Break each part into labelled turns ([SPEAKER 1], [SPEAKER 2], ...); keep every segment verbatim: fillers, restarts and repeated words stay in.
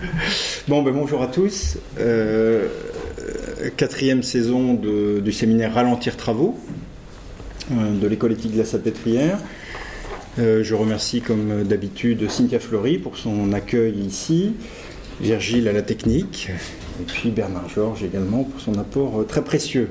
[SPEAKER 1] Bon, ben bonjour à tous. Euh, quatrième saison de, du séminaire Ralentir Travaux euh, de l'école éthique de la Salpêtrière. Euh, je remercie comme d'habitude Cynthia Fleury pour son accueil ici, Virgile à la technique, et puis Bernard Georges également pour son apport très précieux.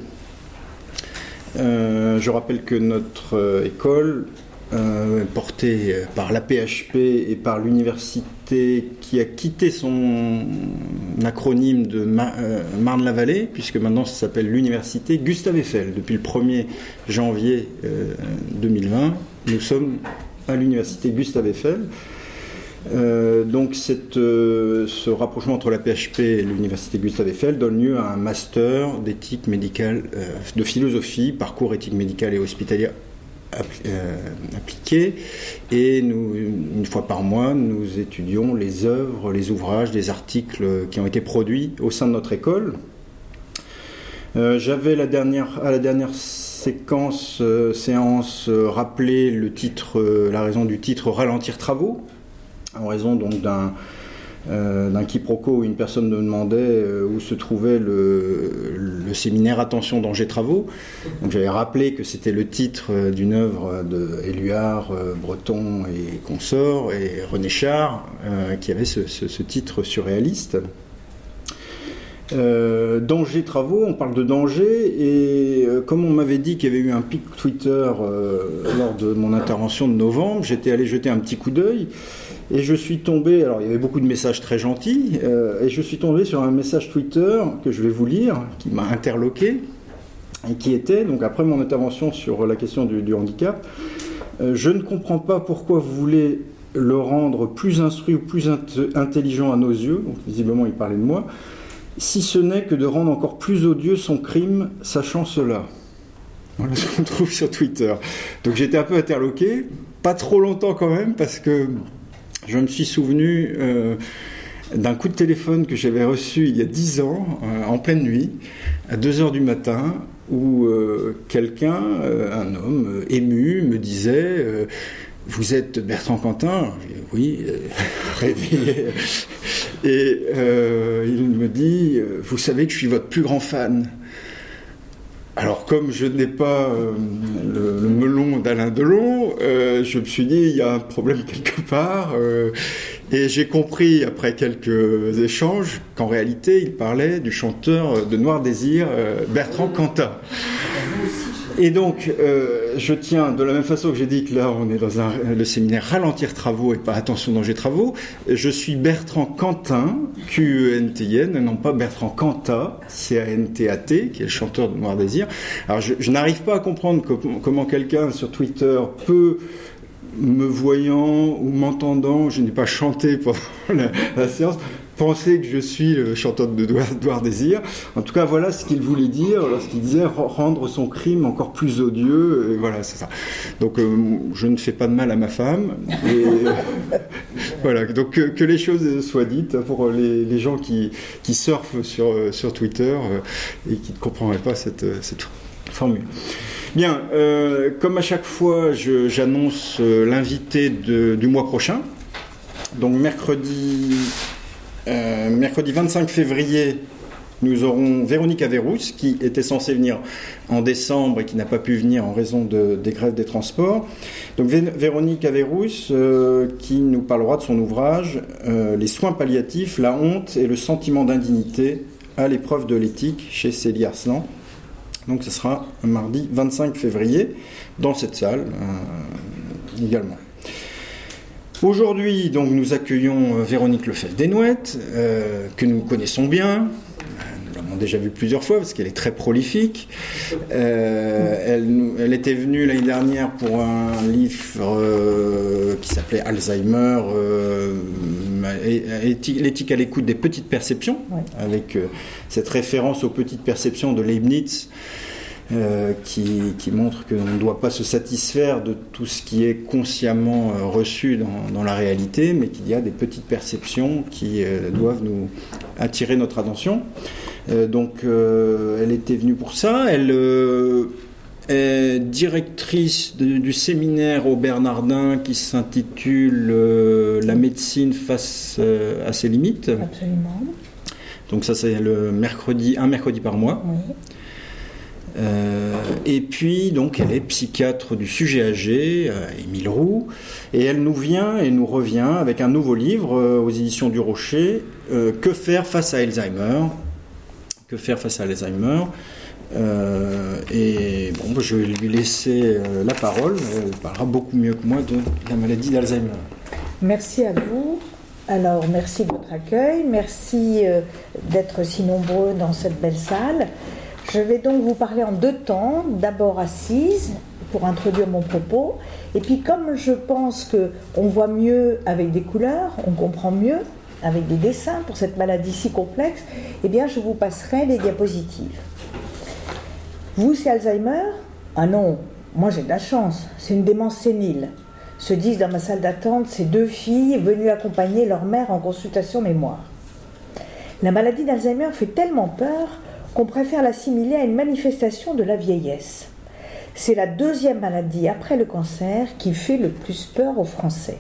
[SPEAKER 1] Euh, je rappelle que notre euh, école, euh, portée par l'A P H P et par l'université qui a quitté son acronyme de Ma- euh, Marne-la-Vallée, puisque maintenant ça s'appelle l'université Gustave Eiffel. Depuis le premier janvier euh, deux mille vingt, nous sommes à l'université Gustave Eiffel. Euh, donc cette, euh, ce rapprochement entre l'A P H P et l'université Gustave Eiffel donne lieu à un master d'éthique médicale, euh, de philosophie, parcours éthique médicale et hospitalière appli- euh, appliqué. Et nous, une fois par mois, nous étudions les œuvres, les ouvrages, les articles qui ont été produits au sein de notre école. Euh, j'avais la dernière, à la dernière séquence, euh, séance, euh, rappelé le titre, euh, la raison du titre Ralentir Travaux, en raison donc d'un, euh, d'un quiproquo où une personne me demandait euh, où se trouvait le, le séminaire Attention danger travaux. Donc j'avais rappelé que c'était le titre euh, d'une œuvre de Éluard, euh, Breton et consorts, et René Char, euh, qui avait ce, ce, ce titre surréaliste. Euh, danger travaux, on parle de danger, et euh, comme on m'avait dit qu'il y avait eu un pic Twitter euh, lors de mon intervention de novembre, j'étais allé jeter un petit coup d'œil et je suis tombé, alors il y avait beaucoup de messages très gentils, euh, et je suis tombé sur un message Twitter que je vais vous lire, qui m'a interloqué, et qui était, donc après mon intervention sur la question du, du handicap, euh, je ne comprends pas pourquoi vous voulez le rendre plus instruit ou plus int- intelligent à nos yeux, donc visiblement il parlait de moi, si ce n'est que de rendre encore plus odieux son crime, sachant cela. Voilà ce qu'on trouve sur Twitter. Donc j'étais un peu interloqué, pas trop longtemps quand même, parce que je me suis souvenu euh, d'un coup de téléphone que j'avais reçu il y a dix ans, euh, en pleine nuit, à deux heures du matin, où euh, quelqu'un, euh, un homme euh, ému, me disait euh, « Vous êtes Bertrand Cantin ?» Oui, euh, réveillé. Et euh, il me dit « Vous savez que je suis votre plus grand fan ». Alors, comme je n'ai pas euh, le, le melon d'Alain Delon, euh, je me suis dit, il y a un problème quelque part. Euh, et j'ai compris, après quelques échanges, qu'en réalité, il parlait du chanteur de Noir Désir, euh, Bertrand Cantat. Et donc, euh, je tiens, de la même façon que j'ai dit que là, on est dans un, le séminaire Ralentir Travaux et pas Attention danger travaux, je suis Bertrand Cantin, Q E N T I N, non pas Bertrand Cantat, C A N T A T, qui est le chanteur de Noir Désir. Alors, je, je n'arrive pas à comprendre co- comment quelqu'un sur Twitter peut, me voyant ou m'entendant, je n'ai pas chanté pendant la, la séance, penser que je suis le chanteur de Noir Désir. En tout cas, voilà ce qu'il voulait dire lorsqu'il disait rendre son crime encore plus odieux. Et voilà, c'est ça. Donc, euh, je ne fais pas de mal à ma femme. Et euh, voilà, donc que, que les choses soient dites pour les, les gens qui, qui surfent sur, sur Twitter euh, et qui ne comprendraient pas cette, cette formule. Bien, euh, comme à chaque fois, je, j'annonce euh, l'invité de, du mois prochain. Donc, mercredi... Euh, mercredi vingt-cinq février, nous aurons Véronique Averrousse, qui était censée venir en décembre et qui n'a pas pu venir en raison de, des grèves des transports. Donc Vé- Véronique Averrousse, euh, qui nous parlera de son ouvrage euh, « Les soins palliatifs, la honte et le sentiment d'indignité à l'épreuve de l'éthique » chez Célie Arslan. Donc ce sera un mardi vingt-cinq février, dans cette salle euh, également. Aujourd'hui, donc, nous accueillons Véronique Lefebvre-Desnouettes, euh, que nous connaissons bien. Nous l'avons déjà vue plusieurs fois parce qu'elle est très prolifique. Euh, elle, elle était venue l'année dernière pour un livre euh, qui s'appelait Alzheimer, euh, l'éthique à l'écoute des petites perceptions, ouais. Avec euh, cette référence aux petites perceptions de Leibniz. Euh, qui, qui montre qu'on ne doit pas se satisfaire de tout ce qui est consciemment euh, reçu dans, dans la réalité, mais qu'il y a des petites perceptions qui euh, doivent nous attirer notre attention. Euh, donc, euh, elle était venue pour ça. Elle, euh, est directrice de, du séminaire au Bernardin qui s'intitule euh, La médecine face euh, à ses limites.
[SPEAKER 2] Absolument.
[SPEAKER 1] Donc ça c'est le mercredi, un mercredi par mois.
[SPEAKER 2] Oui.
[SPEAKER 1] Euh, et puis donc elle est psychiatre du sujet âgé, euh, Émile Roux, et elle nous vient et nous revient avec un nouveau livre euh, aux éditions du Rocher, euh, Que faire face à Alzheimer. Que faire face à Alzheimer. Euh, et bon, je vais lui laisser euh, la parole. Elle parlera beaucoup mieux que moi de la maladie d'Alzheimer.
[SPEAKER 2] Merci à vous. Alors, merci de votre accueil. Merci euh, d'être si nombreux dans cette belle salle. Je vais donc vous parler en deux temps. D'abord assise pour introduire mon propos. Et puis, comme je pense qu'on voit mieux avec des couleurs, on comprend mieux avec des dessins pour cette maladie si complexe, eh bien, je vous passerai les diapositives. Vous, c'est Alzheimer ? Ah non, moi j'ai de la chance, c'est une démence sénile. Se disent dans ma salle d'attente ces deux filles venues accompagner leur mère en consultation mémoire. La maladie d'Alzheimer fait tellement peur qu'on préfère l'assimiler à une manifestation de la vieillesse. C'est la deuxième maladie après le cancer qui fait le plus peur aux Français.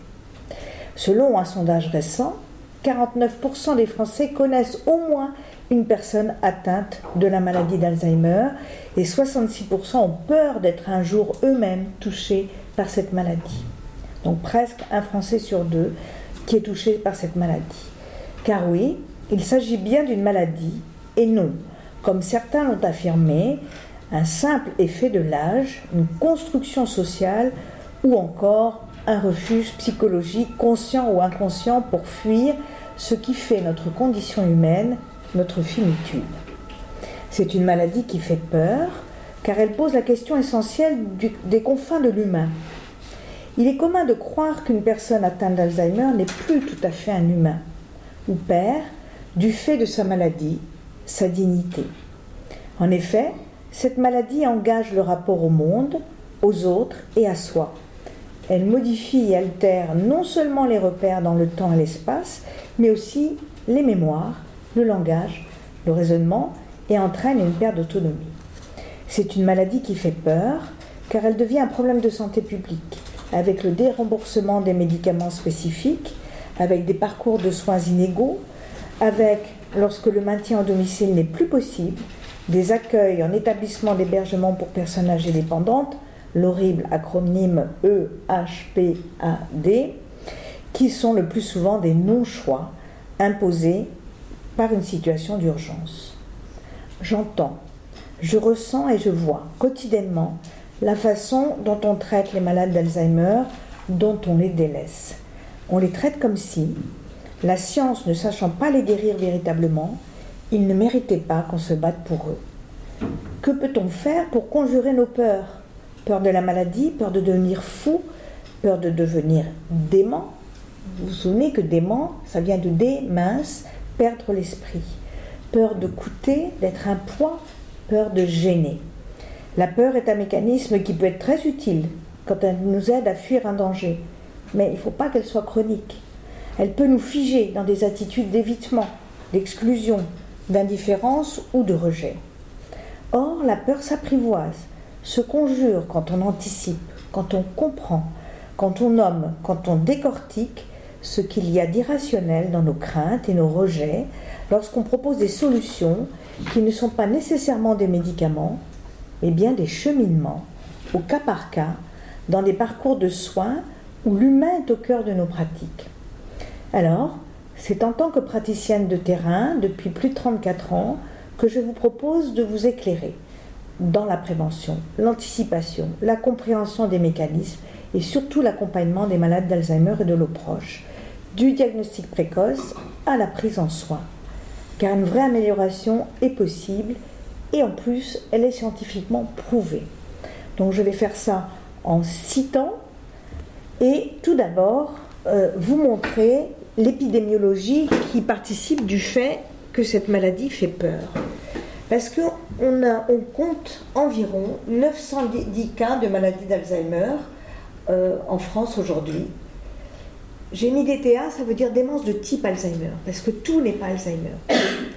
[SPEAKER 2] Selon un sondage récent, quarante-neuf pour cent des Français connaissent au moins une personne atteinte de la maladie d'Alzheimer et soixante-six pour cent ont peur d'être un jour eux-mêmes touchés par cette maladie. Donc presque un Français sur deux qui est touché par cette maladie. Car oui, il s'agit bien d'une maladie et non, comme certains l'ont affirmé, un simple effet de l'âge, une construction sociale ou encore un refuge psychologique conscient ou inconscient pour fuir ce qui fait notre condition humaine, notre finitude. C'est une maladie qui fait peur car elle pose la question essentielle du, des confins de l'humain. Il est commun de croire qu'une personne atteinte d'Alzheimer n'est plus tout à fait un humain ou perd, du fait de sa maladie, sa dignité. En effet, cette maladie engage le rapport au monde, aux autres et à soi. Elle modifie et altère non seulement les repères dans le temps et l'espace, mais aussi les mémoires, le langage, le raisonnement et entraîne une perte d'autonomie. C'est une maladie qui fait peur car elle devient un problème de santé publique, avec le déremboursement des médicaments spécifiques, avec des parcours de soins inégaux, avec, lorsque le maintien au domicile n'est plus possible, des accueils en établissement d'hébergement pour personnes âgées dépendantes, l'horrible acronyme E H P A D, qui sont le plus souvent des non-choix imposés par une situation d'urgence. J'entends, je ressens et je vois quotidiennement la façon dont on traite les malades d'Alzheimer, dont on les délaisse. On les traite comme si, la science ne sachant pas les guérir véritablement, ils ne méritaient pas qu'on se batte pour eux. Que peut-on faire pour conjurer nos peurs ? Peur de la maladie, peur de devenir fou, peur de devenir dément. Vous vous souvenez que dément, ça vient de dé, mince, perdre l'esprit. Peur de coûter, d'être un poids, peur de gêner. La peur est un mécanisme qui peut être très utile quand elle nous aide à fuir un danger, mais il ne faut pas qu'elle soit chronique. Elle peut nous figer dans des attitudes d'évitement, d'exclusion, d'indifférence ou de rejet. Or, la peur s'apprivoise, se conjure quand on anticipe, quand on comprend, quand on nomme, quand on décortique ce qu'il y a d'irrationnel dans nos craintes et nos rejets, lorsqu'on propose des solutions qui ne sont pas nécessairement des médicaments, mais bien des cheminements, au cas par cas, dans des parcours de soins où l'humain est au cœur de nos pratiques. Alors, c'est en tant que praticienne de terrain, depuis plus de trente-quatre ans, que je vous propose de vous éclairer dans la prévention, l'anticipation, la compréhension des mécanismes et surtout l'accompagnement des malades d'Alzheimer et de leurs proches, du diagnostic précoce à la prise en soin. Car une vraie amélioration est possible et en plus, elle est scientifiquement prouvée. Donc je vais faire ça en six temps et tout d'abord euh, vous montrer l'épidémiologie qui participe du fait que cette maladie fait peur. Parce qu'on a, on compte environ neuf cent dix cas de maladie d'Alzheimer euh, en France aujourd'hui. J'ai mis D T A, ça veut dire démence de type Alzheimer, parce que tout n'est pas Alzheimer.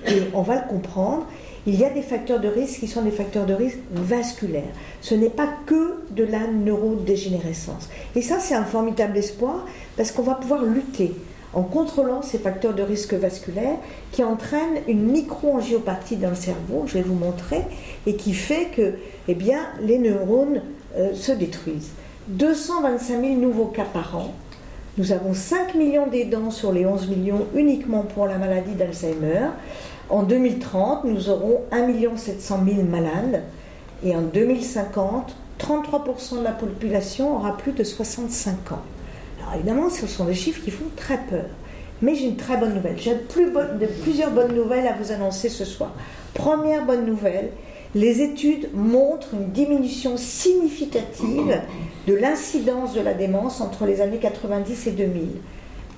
[SPEAKER 2] et on va le comprendre, il y a des facteurs de risque qui sont des facteurs de risque vasculaires. Ce n'est pas que de la neurodégénérescence. Et ça, c'est un formidable espoir parce qu'on va pouvoir lutter en contrôlant ces facteurs de risque vasculaires qui entraînent une micro-angiopathie dans le cerveau, je vais vous montrer, et qui fait que eh bien, les neurones euh, se détruisent. deux cent vingt-cinq mille nouveaux cas par an. Nous avons cinq millions d'aidants sur les onze millions uniquement pour la maladie d'Alzheimer. En deux mille trente, nous aurons un million sept cent mille malades. Et en deux mille cinquante, trente-trois pour cent de la population aura plus de soixante-cinq ans. Alors évidemment, ce sont des chiffres qui font très peur. Mais j'ai une très bonne nouvelle. J'ai plus bonne, de, plusieurs bonnes nouvelles à vous annoncer ce soir. Première bonne nouvelle, les études montrent une diminution significative de l'incidence de la démence entre les années quatre-vingt-dix et deux mille. Pourquoi ?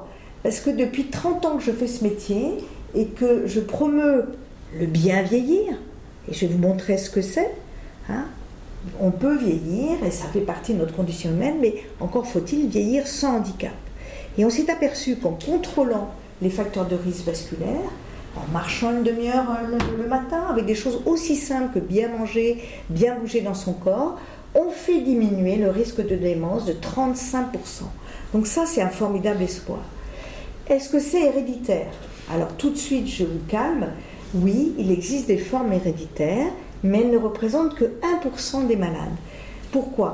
[SPEAKER 2] Parce que depuis trente ans que je fais ce métier et que je promeus le bien vieillir, et je vais vous montrer ce que c'est, hein, on peut vieillir, et ça fait partie de notre condition humaine, mais encore faut-il vieillir sans handicap. Et on s'est aperçu qu'en contrôlant les facteurs de risque vasculaires, en marchant une demi-heure le, le matin, avec des choses aussi simples que bien manger, bien bouger dans son corps, on fait diminuer le risque de démence de trente-cinq pour cent. Donc ça, c'est un formidable espoir. Est-ce que c'est héréditaire ? Alors tout de suite, je vous calme. Oui, il existe des formes héréditaires, mais elles ne représentent que un pour cent des malades. Pourquoi ?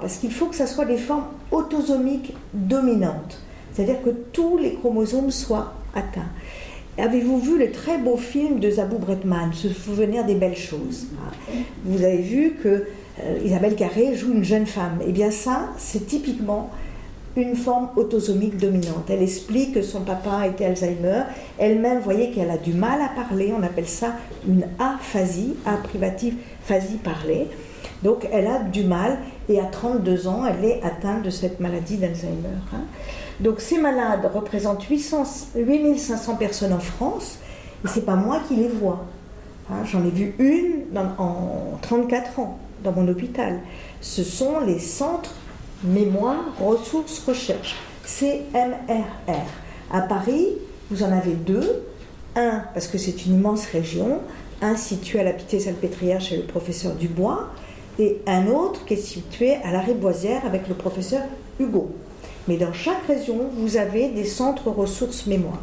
[SPEAKER 2] Parce qu'il faut que ce soit des formes autosomiques dominantes, c'est-à-dire que tous les chromosomes soient atteints. Avez-vous vu le très beau film de Zabou Bretman, Se souvenir des belles choses ? Vous avez vu que euh, Isabelle Carré joue une jeune femme. Eh bien ça, c'est typiquement une forme autosomique dominante. Elle explique que son papa était Alzheimer. Elle-même, vous voyez qu'elle a du mal à parler. On appelle ça une aphasie, A privative, phasie parler. Donc elle a du mal et à trente-deux ans, elle est atteinte de cette maladie d'Alzheimer. Hein. Donc ces malades représentent huit mille cinq cents personnes en France et ce n'est pas moi qui les vois. Hein. J'en ai vu une dans, en trente-quatre ans dans mon hôpital. Ce sont les centres Mémoire, Ressources, Recherche, C M R R. À Paris, vous en avez deux. Un, parce que c'est une immense région, un situé à la Pitié-Salpêtrière chez le professeur Dubois, et un autre qui est situé à la Riboisière avec le professeur Hugo. Mais dans chaque région, vous avez des centres ressources mémoire.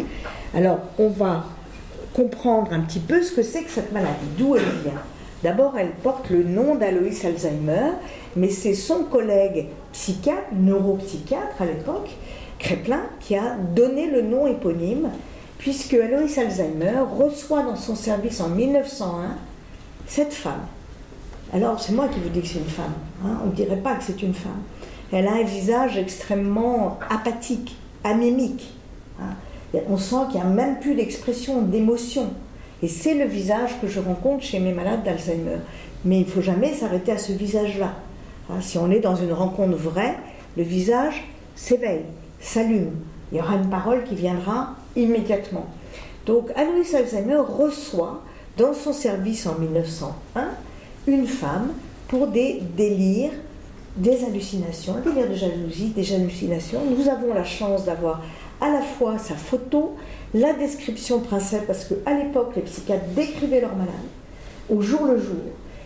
[SPEAKER 2] Alors, on va comprendre un petit peu ce que c'est que cette maladie, d'où elle vient. D'abord, elle porte le nom d'Aloïs Alzheimer, mais c'est son collègue psychiatre, neuropsychiatre à l'époque, Kraepelin, qui a donné le nom éponyme, puisque Aloïs Alzheimer reçoit dans son service en mille neuf cent un cette femme. Alors, c'est moi qui vous dis que c'est une femme, hein, on ne dirait pas que c'est une femme. Elle a un visage extrêmement apathique, anémique. Hein. On sent qu'il n'y a même plus d'expression, d'émotion. Et c'est le visage que je rencontre chez mes malades d'Alzheimer. Mais il ne faut jamais s'arrêter à ce visage-là. Hein, si on est dans une rencontre vraie, le visage s'éveille, s'allume. Il y aura une parole qui viendra immédiatement. Donc, Aloïs Alzheimer reçoit dans son service en mille neuf cent un une femme pour des délires, des hallucinations, un délire de jalousie, des hallucinations. Nous avons la chance d'avoir à la fois sa photo, la description principale, parce qu'à l'époque, les psychiatres décrivaient leurs malades au jour le jour.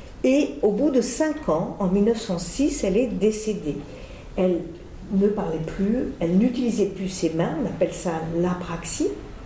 [SPEAKER 2] Et au bout de cinq ans, en mille neuf cent six, elle est décédée. Elle ne parlait plus, elle n'utilisait plus ses mains, on appelle ça l'apraxie,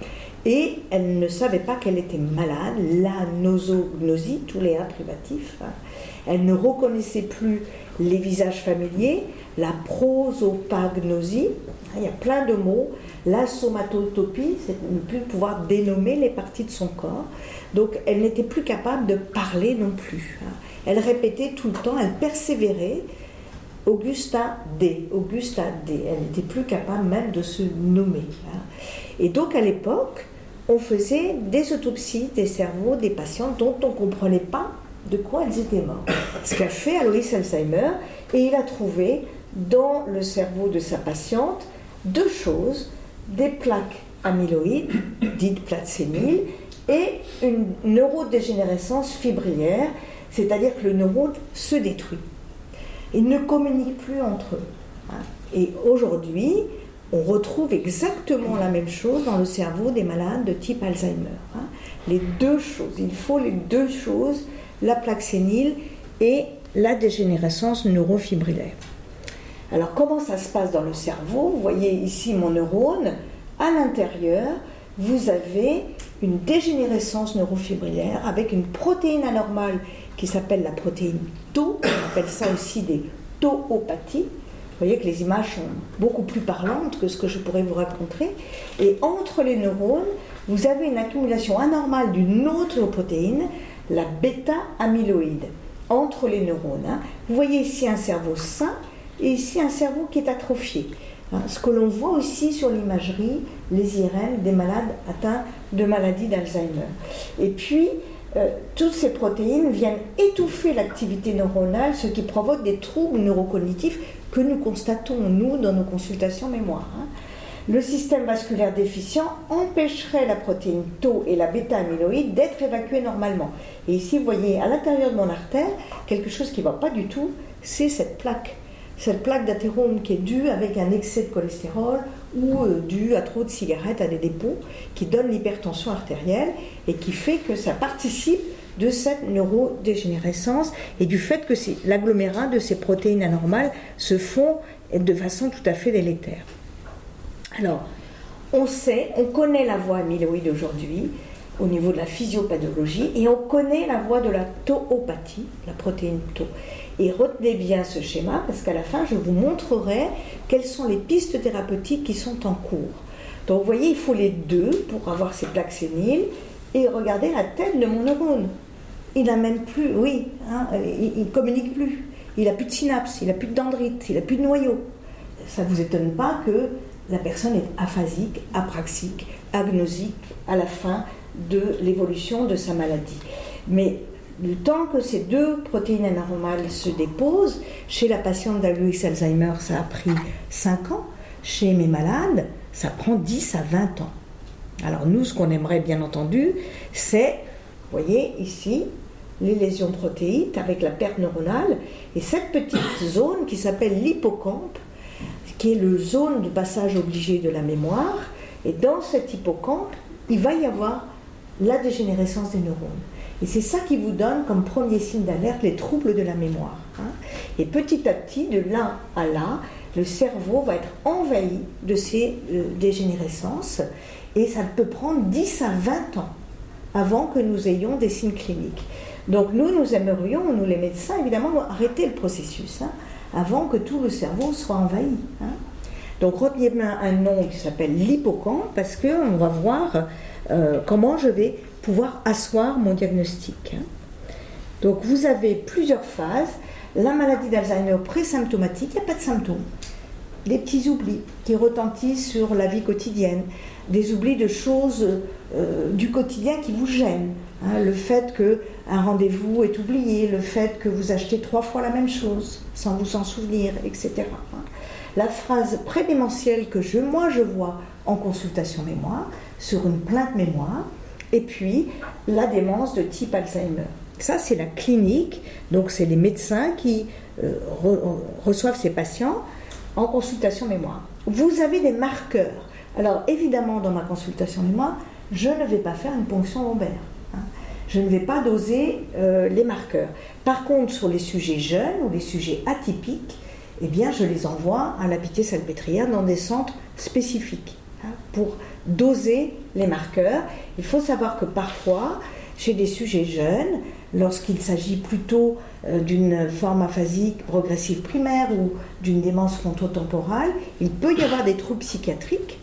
[SPEAKER 2] et elle ne savait pas qu'elle était malade, la nosognosie, tous les A privatifs. Hein. Elle ne reconnaissait plus les visages familiers, la prosopagnosie, il y a plein de mots, la somatotopie, c'est ne plus pouvoir dénommer les parties de son corps. Donc elle n'était plus capable de parler non plus. Hein. Elle répétait tout le temps, elle persévérait. Augusta D, Augusta D, elle n'était plus capable même de se nommer. Hein. Et donc à l'époque, on faisait des autopsies des cerveaux des patients dont on ne comprenait pas de quoi elles étaient mortes. Ce qu'a fait Aloïs Alzheimer, et il a trouvé dans le cerveau de sa patiente deux choses, des plaques amyloïdes, dites plaques séniles, et une neurodégénérescence fibrillaire, c'est-à-dire que le neurone se détruit. Ils ne communiquent plus entre eux. Et aujourd'hui, on retrouve exactement la même chose dans le cerveau des malades de type Alzheimer. les deux choses. Il faut les deux choses, la plaque sénile et la dégénérescence neurofibrillaire. Alors comment ça se passe dans le cerveau? Vous voyez ici mon neurone. À l'intérieur, vous avez une dégénérescence neurofibrillaire avec une protéine anormale qui s'appelle la protéine tau. On appelle ça aussi des tauopathies. Vous voyez que les images sont beaucoup plus parlantes que ce que je pourrais vous raconter. Et entre les neurones, vous avez une accumulation anormale d'une autre protéine, la bêta-amyloïde, entre les neurones. Hein. Vous voyez ici un cerveau sain et ici un cerveau qui est atrophié. Hein. Ce que l'on voit aussi sur l'imagerie, les I R M des malades atteints de maladie d'Alzheimer. Et puis, euh, toutes ces protéines viennent étouffer l'activité neuronale, ce qui provoque des troubles neurocognitifs que nous constatons, nous, dans nos consultations mémoire. Hein. Le système vasculaire déficient empêcherait la protéine tau et la bêta-amyloïde d'être évacuées normalement. Et ici, vous voyez, à l'intérieur de mon artère, quelque chose qui ne va pas du tout, c'est cette plaque. Cette plaque d'athérome qui est due avec un excès de cholestérol ou euh, due à trop de cigarettes, à des dépôts, qui donne l'hypertension artérielle et qui fait que ça participe de cette neurodégénérescence et du fait que l'agglomérat de ces protéines anormales se font de façon tout à fait délétère. Alors, on sait, on connaît la voie amyloïde aujourd'hui au niveau de la physiopathologie et on connaît la voie de la tauopathie, la protéine tau. Et retenez bien ce schéma parce qu'à la fin, je vous montrerai quelles sont les pistes thérapeutiques qui sont en cours. Donc, vous voyez, il faut les deux pour avoir ces plaques séniles et regardez la tête de mon neurone. Il n'amène plus, oui, hein, il ne communique plus. Il n'a plus de synapses, il n'a plus de dendrites, il n'a plus de noyau. Ça ne vous étonne pas que la personne est aphasique, apraxique, agnosique à la fin de l'évolution de sa maladie. Mais le temps que ces deux protéines anormales se déposent, chez la patiente d'Alois Alzheimer, ça a pris cinq ans. Chez mes malades, ça prend dix à vingt ans. Alors nous, ce qu'on aimerait bien entendu, c'est, vous voyez ici, les lésions protéiques avec la perte neuronale et cette petite zone qui s'appelle l'hippocampe, qui est le zone de passage obligé de la mémoire. Et dans cet hippocampe, il va y avoir la dégénérescence des neurones. Et c'est ça qui vous donne comme premier signe d'alerte les troubles de la mémoire. Hein. Et petit à petit, de là à là, le cerveau va être envahi de ces euh, dégénérescences et ça peut prendre dix à vingt ans avant que nous ayons des signes cliniques. Donc nous, nous aimerions, nous les médecins, évidemment, arrêter le processus hein, avant que tout le cerveau soit envahi. Hein. Donc retenez bien un nom qui s'appelle l'hippocampe parce qu'on va voir euh, comment je vais pouvoir asseoir mon diagnostic. Hein. Donc vous avez plusieurs phases. La maladie d'Alzheimer présymptomatique, il n'y a pas de symptômes. Des petits oublis qui retentissent sur la vie quotidienne, des oublis de choses euh, du quotidien qui vous gênent. Hein, le fait qu'un rendez-vous est oublié, le fait que vous achetez trois fois la même chose sans vous en souvenir, et cetera. Hein. La phrase prédémentielle que je, moi je vois en consultation mémoire, sur une plainte mémoire, et puis la démence de type Alzheimer. Ça, c'est la clinique, donc c'est les médecins qui euh, re- reçoivent ces patients en consultation mémoire. Vous avez des marqueurs. Alors évidemment, dans ma consultation mémoire, je ne vais pas faire une ponction lombaire. Hein. Je ne vais pas doser euh, les marqueurs. Par contre, sur les sujets jeunes ou les sujets atypiques, eh bien, je les envoie à la Pitié-Salpêtrière dans des centres spécifiques hein, pour doser les marqueurs. Il faut savoir que parfois, chez des sujets jeunes, lorsqu'il s'agit plutôt euh, d'une forme aphasique progressive primaire ou d'une démence frontotemporale, il peut y avoir des troubles psychiatriques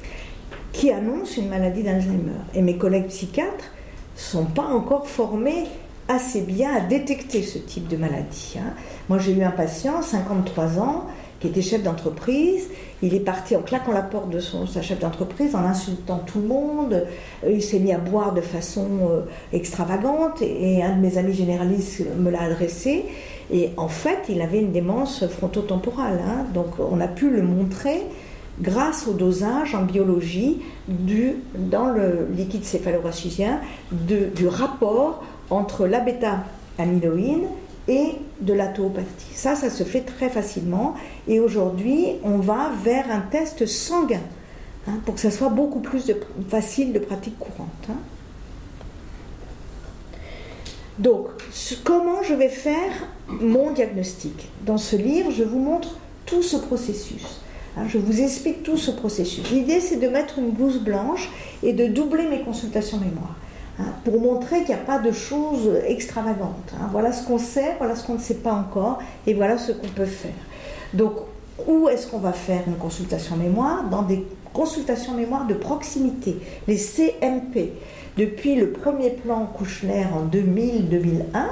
[SPEAKER 2] qui annoncent une maladie d'Alzheimer. Et mes collègues psychiatres ne sont pas encore formés assez bien à détecter ce type de maladie. Hein. Moi, j'ai eu un patient, cinquante-trois ans, qui était chef d'entreprise. Il est parti en claquant la porte de son, sa chef d'entreprise, en insultant tout le monde. Il s'est mis à boire de façon euh, extravagante et, et un de mes amis généralistes me l'a adressé. Et en fait, il avait une démence frontotemporale. Hein. Donc, on a pu le montrer grâce au dosage en biologie du, dans le liquide céphalorachidien de, du rapport entre la bêta-amyloïde et de la tauopathie. Ça, ça se fait très facilement. Et aujourd'hui, on va vers un test sanguin hein, pour que ça soit beaucoup plus de, facile de pratique courante. Hein. Donc, comment je vais faire mon diagnostic? Dans ce livre, je vous montre tout ce processus. Hein, je vous explique tout ce processus. L'idée, c'est de mettre une blouse blanche et de doubler mes consultations mémoire. Hein, pour montrer qu'il n'y a pas de choses extravagantes. Hein. Voilà ce qu'on sait, voilà ce qu'on ne sait pas encore, et voilà ce qu'on peut faire. Donc, où est-ce qu'on va faire une consultation mémoire? Dans des consultations mémoire de proximité, les C M P. Depuis le premier plan Kouchner en deux mille deux mille un,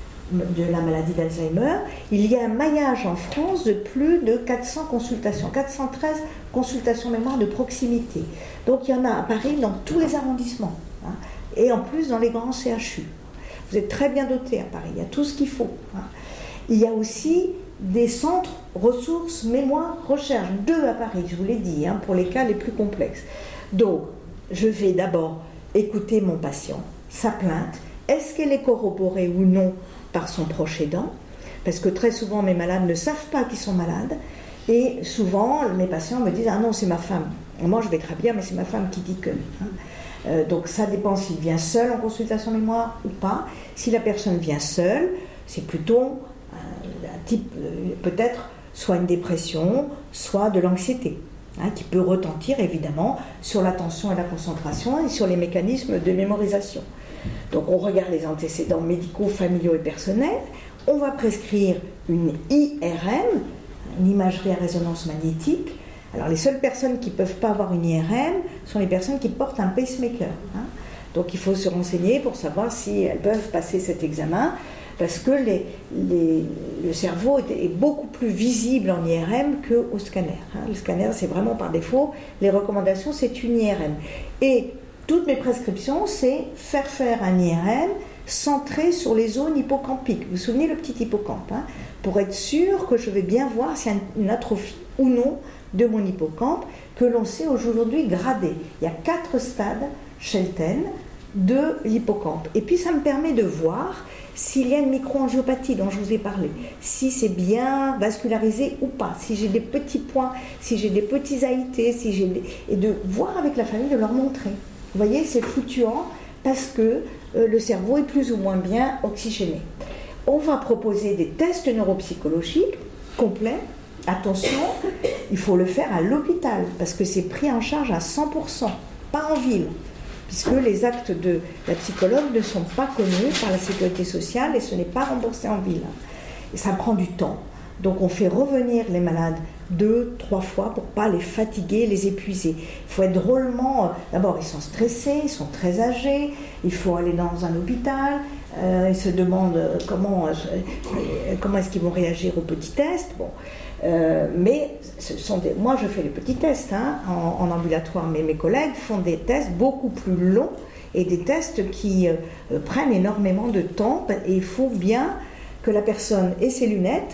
[SPEAKER 2] de la maladie d'Alzheimer, il y a un maillage en France de plus de quatre cents consultations, quatre cent treize consultations mémoire de proximité. Donc il y en a à Paris dans tous les arrondissements, hein, et en plus dans les grands C H U. Vous êtes très bien dotés à Paris, il y a tout ce qu'il faut. Hein. Il y a aussi des centres ressources, mémoire, recherche, deux à Paris, je vous l'ai dit, hein, pour les cas les plus complexes. Donc, je vais d'abord écouter mon patient, sa plainte, est-ce qu'elle est corroborée ou non par son proche aidant? Parce que très souvent, mes malades ne savent pas qu'ils sont malades, et souvent, mes patients me disent « Ah non, c'est ma femme. Moi, je vais très bien, mais c'est ma femme qui dit que... Hein. » euh, Donc, ça dépend s'il vient seul en consultation mémoire ou pas. Si la personne vient seule, c'est plutôt euh, un type, euh, peut-être, soit une dépression, soit de l'anxiété. Hein, qui peut retentir évidemment sur l'attention et la concentration et sur les mécanismes de mémorisation. Donc on regarde les antécédents médicaux, familiaux et personnels, on va prescrire une I R M, une imagerie à résonance magnétique. Alors les seules personnes qui ne peuvent pas avoir une I R M sont les personnes qui portent un pacemaker. Hein. Donc il faut se renseigner pour savoir si elles peuvent passer cet examen, parce que les, les, le cerveau est, est beaucoup plus visible en I R M qu'au scanner. Hein. Le scanner, c'est vraiment par défaut. Les recommandations, c'est une I R M. Et toutes mes prescriptions, c'est faire faire un I R M centré sur les zones hippocampiques. Vous vous souvenez le petit hippocampe, hein, pour être sûr que je vais bien voir s'il y a une atrophie ou non de mon hippocampe, que l'on sait aujourd'hui grader. Il y a quatre stades Shelton de l'hippocampe. Et puis ça me permet de voir s'il y a une microangiopathie dont je vous ai parlé, si c'est bien vascularisé ou pas, si j'ai des petits points, si j'ai des petits A I T, si j'ai des... et de voir avec la famille, de leur montrer. Vous voyez, c'est fluctuant parce que euh, le cerveau est plus ou moins bien oxygéné. On va proposer des tests neuropsychologiques complets. Attention, il faut le faire à l'hôpital parce que c'est pris en charge à cent pour cent, pas en ville, puisque les actes de la psychologue ne sont pas connus par la sécurité sociale et ce n'est pas remboursé en ville. Et ça prend du temps. Donc on fait revenir les malades deux, trois fois pour ne pas les fatiguer, les épuiser. Il faut être drôlement... D'abord, ils sont stressés, ils sont très âgés, il faut aller dans un hôpital, euh, ils se demandent comment, euh, comment est-ce qu'ils vont réagir aux petits tests. Bon. Euh, mais ce sont des, moi je fais les petits tests hein, en, en ambulatoire, mais mes collègues font des tests beaucoup plus longs et des tests qui euh, prennent énormément de temps, et il faut bien que la personne ait ses lunettes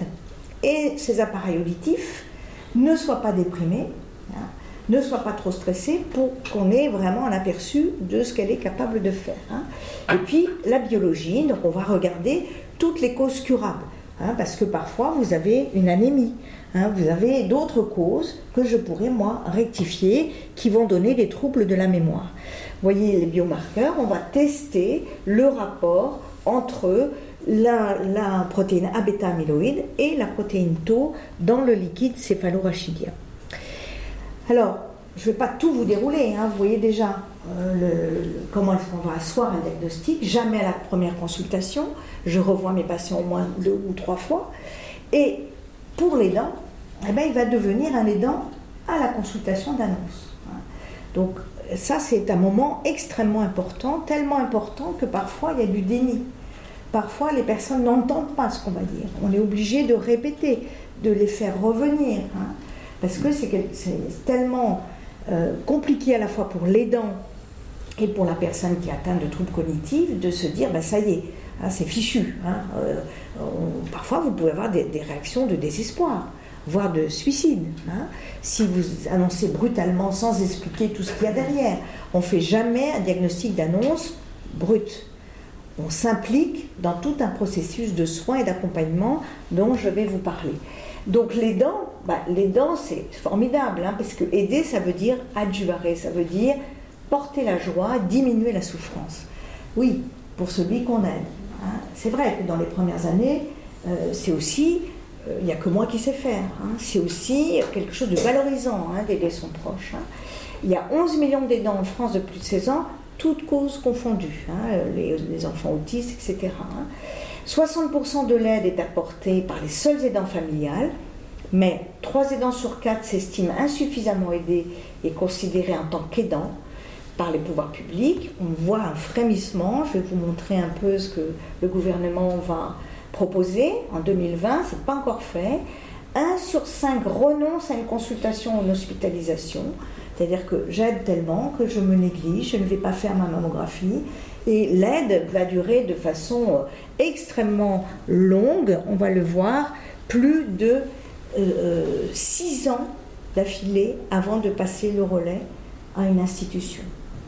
[SPEAKER 2] et ses appareils auditifs, ne soit pas déprimée, hein, ne soit pas trop stressée pour qu'on ait vraiment un aperçu de ce qu'elle est capable de faire. Hein. Et puis la biologie, donc on va regarder toutes les causes curables. Hein, parce que parfois vous avez une anémie, hein, vous avez d'autres causes que je pourrais moi rectifier qui vont donner des troubles de la mémoire. Vous voyez les biomarqueurs, on va tester le rapport entre la, la protéine A-bêta-amyloïde et la protéine tau dans le liquide céphalorachidien. Alors, je ne vais pas tout vous dérouler, hein, vous voyez déjà euh, le, le, comment est-ce qu'on va asseoir un diagnostic. Jamais à la première consultation, je revois mes patients au moins deux ou trois fois. Et pour l'aidant, eh ben, il va devenir un aidant à la consultation d'annonce. Donc ça, c'est un moment extrêmement important, tellement important que parfois il y a du déni. Parfois, les personnes n'entendent pas ce qu'on va dire. On est obligé de répéter, de les faire revenir, hein, parce que c'est, c'est tellement euh, compliqué à la fois pour l'aidant et pour la personne qui est atteinte de troubles cognitifs de se dire, ben, ça y est, hein, c'est fichu. Hein, euh, on, parfois, vous pouvez avoir des, des réactions de désespoir, voire de suicide, hein, si vous annoncez brutalement sans expliquer tout ce qu'il y a derrière. On ne fait jamais un diagnostic d'annonce brut. On s'implique dans tout un processus de soins et d'accompagnement dont je vais vous parler. Donc l'aidant, bah, l'aidant c'est formidable, hein, parce que aider, ça veut dire adjuvarer, ça veut dire porter la joie, diminuer la souffrance. Oui, pour celui qu'on aide. Hein. C'est vrai que dans les premières années, euh, c'est aussi, il euh, n'y a que moi qui sais faire. Hein. C'est aussi quelque chose de valorisant hein, d'aider son proche. Hein. Il y a onze millions d'aidants en France de plus de seize ans, toutes causes confondues, hein, les, les enfants autistes, et cetera. Hein. soixante pour cent de l'aide est apportée par les seuls aidants familiales, mais trois aidants sur quatre s'estiment insuffisamment aidés et considérés en tant qu'aidants par les pouvoirs publics. On voit un frémissement. Je vais vous montrer un peu ce que le gouvernement va proposer en deux mille vingt. Ce n'est pas encore fait. Un sur cinq renonce à une consultation ou une hospitalisation. C'est-à-dire que j'aide tellement que je me néglige, je ne vais pas faire ma mammographie. Et l'aide va durer de façon extrêmement longue. On va le voir, plus de euh, six ans d'affilée avant de passer le relais à une institution.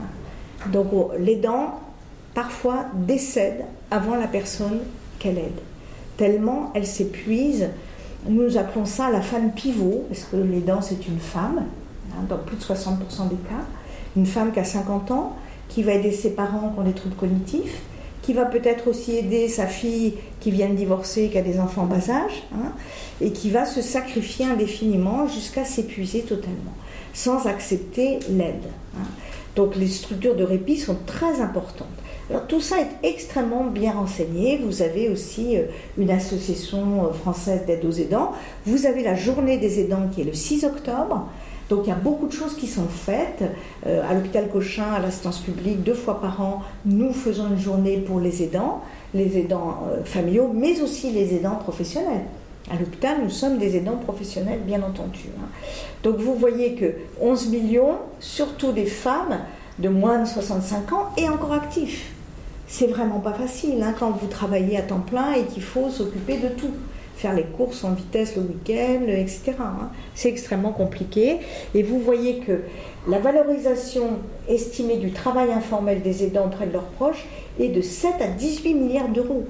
[SPEAKER 2] Donc l'aidant, parfois, décède avant la personne qu'elle aide. Tellement elle s'épuise. Nous appelons ça la femme pivot, parce que l'aidant, c'est une femme, hein, dans plus de soixante pour cent des cas. Une femme qui a cinquante ans, qui va aider ses parents qui ont des troubles cognitifs, qui va peut-être aussi aider sa fille qui vient de divorcer, qui a des enfants en bas âge, hein, et qui va se sacrifier indéfiniment jusqu'à s'épuiser totalement, sans accepter l'aide. Hein. Donc les structures de répit sont très importantes. Alors tout ça est extrêmement bien renseigné. Vous avez aussi une association française d'aide aux aidants. Vous avez la journée des aidants qui est le six octobre. Donc il y a beaucoup de choses qui sont faites. Euh, à l'hôpital Cochin, à l'assistance publique, deux fois par an, nous faisons une journée pour les aidants, les aidants euh, familiaux, mais aussi les aidants professionnels. À l'hôpital, nous sommes des aidants professionnels, bien entendu. Hein. Donc vous voyez que onze millions, surtout des femmes de moins de soixante-cinq ans et encore actifs. C'est vraiment pas facile hein, quand vous travaillez à temps plein et qu'il faut s'occuper de tout. Faire les courses en vitesse le week-end, et cetera. Hein. C'est extrêmement compliqué. Et vous voyez que la valorisation estimée du travail informel des aidants auprès de leurs proches est de sept à dix-huit milliards d'euros,